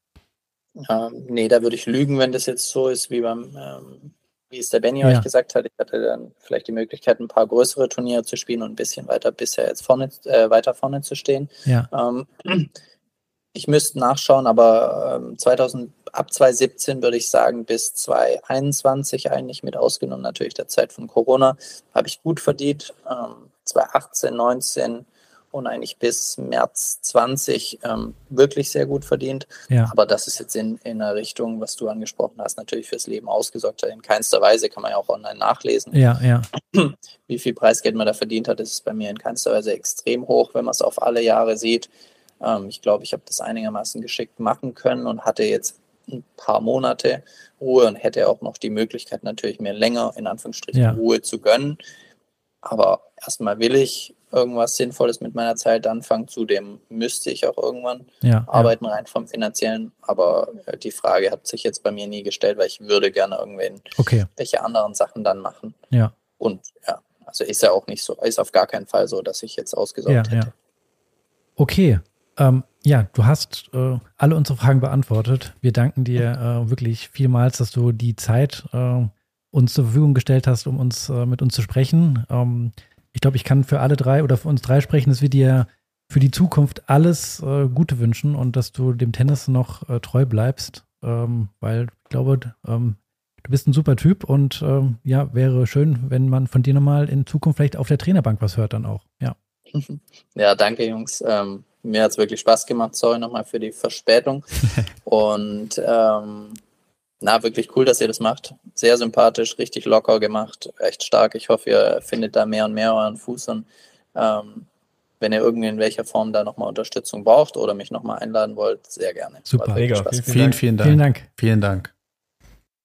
Ähm, nee, da würde ich lügen, wenn das jetzt so ist, wie beim, ähm, wie es der Benny Ja. euch gesagt hat. Ich hatte dann vielleicht die Möglichkeit, ein paar größere Turniere zu spielen und ein bisschen weiter bisher jetzt vorne, äh, weiter vorne zu stehen. ja, Ähm, ich müsste nachschauen, aber ähm, zweitausend, ab zwanzig siebzehn würde ich sagen, bis zwanzig einundzwanzig eigentlich, mit ausgenommen natürlich der Zeit von Corona, habe ich gut verdient. Ähm, zwanzig achtzehn, neunzehn und eigentlich bis März zwanzig ähm, wirklich sehr gut verdient. ja, Aber das ist jetzt in, in einer Richtung, was du angesprochen hast, natürlich fürs Leben ausgesorgt. In keinster Weise, kann man ja auch online nachlesen. ja, ja, Wie viel Preisgeld man da verdient hat, ist bei mir in keinster Weise extrem hoch, wenn man es auf alle Jahre sieht. Ähm, ich glaube, ich habe das einigermaßen geschickt machen können und hatte jetzt ein paar Monate Ruhe und hätte auch noch die Möglichkeit, natürlich mir länger in Anführungsstrichen Ja. Ruhe zu gönnen. Aber erstmal will ich irgendwas Sinnvolles mit meiner Zeit anfangen. Zudem müsste ich auch irgendwann ja, arbeiten, rein vom Finanziellen. Aber äh, die Frage hat sich jetzt bei mir nie gestellt, weil ich würde gerne irgendwen, okay, welche anderen Sachen dann machen. ja, Und ja, also ist ja auch nicht so, ist auf gar keinen Fall so, dass ich jetzt ausgesorgt ja, hätte. ja. Okay, ähm, ja, du hast äh, alle unsere Fragen beantwortet. Wir danken dir äh, wirklich vielmals, dass du die Zeit äh, uns zur Verfügung gestellt hast, um uns äh, mit uns zu sprechen. Ähm, ich glaube, ich kann für alle drei oder für uns drei sprechen, dass wir dir für die Zukunft alles äh, Gute wünschen und dass du dem Tennis noch äh, treu bleibst, ähm, weil ich glaube, ähm, du bist ein super Typ und ähm, ja, wäre schön, wenn man von dir nochmal in Zukunft vielleicht auf der Trainerbank was hört dann auch. Ja. Ja, danke Jungs. Ähm, mir hat es wirklich Spaß gemacht. Sorry nochmal für die Verspätung. Und ähm, na, wirklich cool, dass ihr das macht. Sehr sympathisch, richtig locker gemacht, echt stark. Ich hoffe, ihr findet da mehr und mehr euren Fuß. Und ähm, wenn ihr irgendwie in welcher Form da nochmal Unterstützung braucht oder mich nochmal einladen wollt, sehr gerne. Super. Mega, Spaß. vielen, Vielen, vielen Dank. Vielen Dank. Vielen Dank.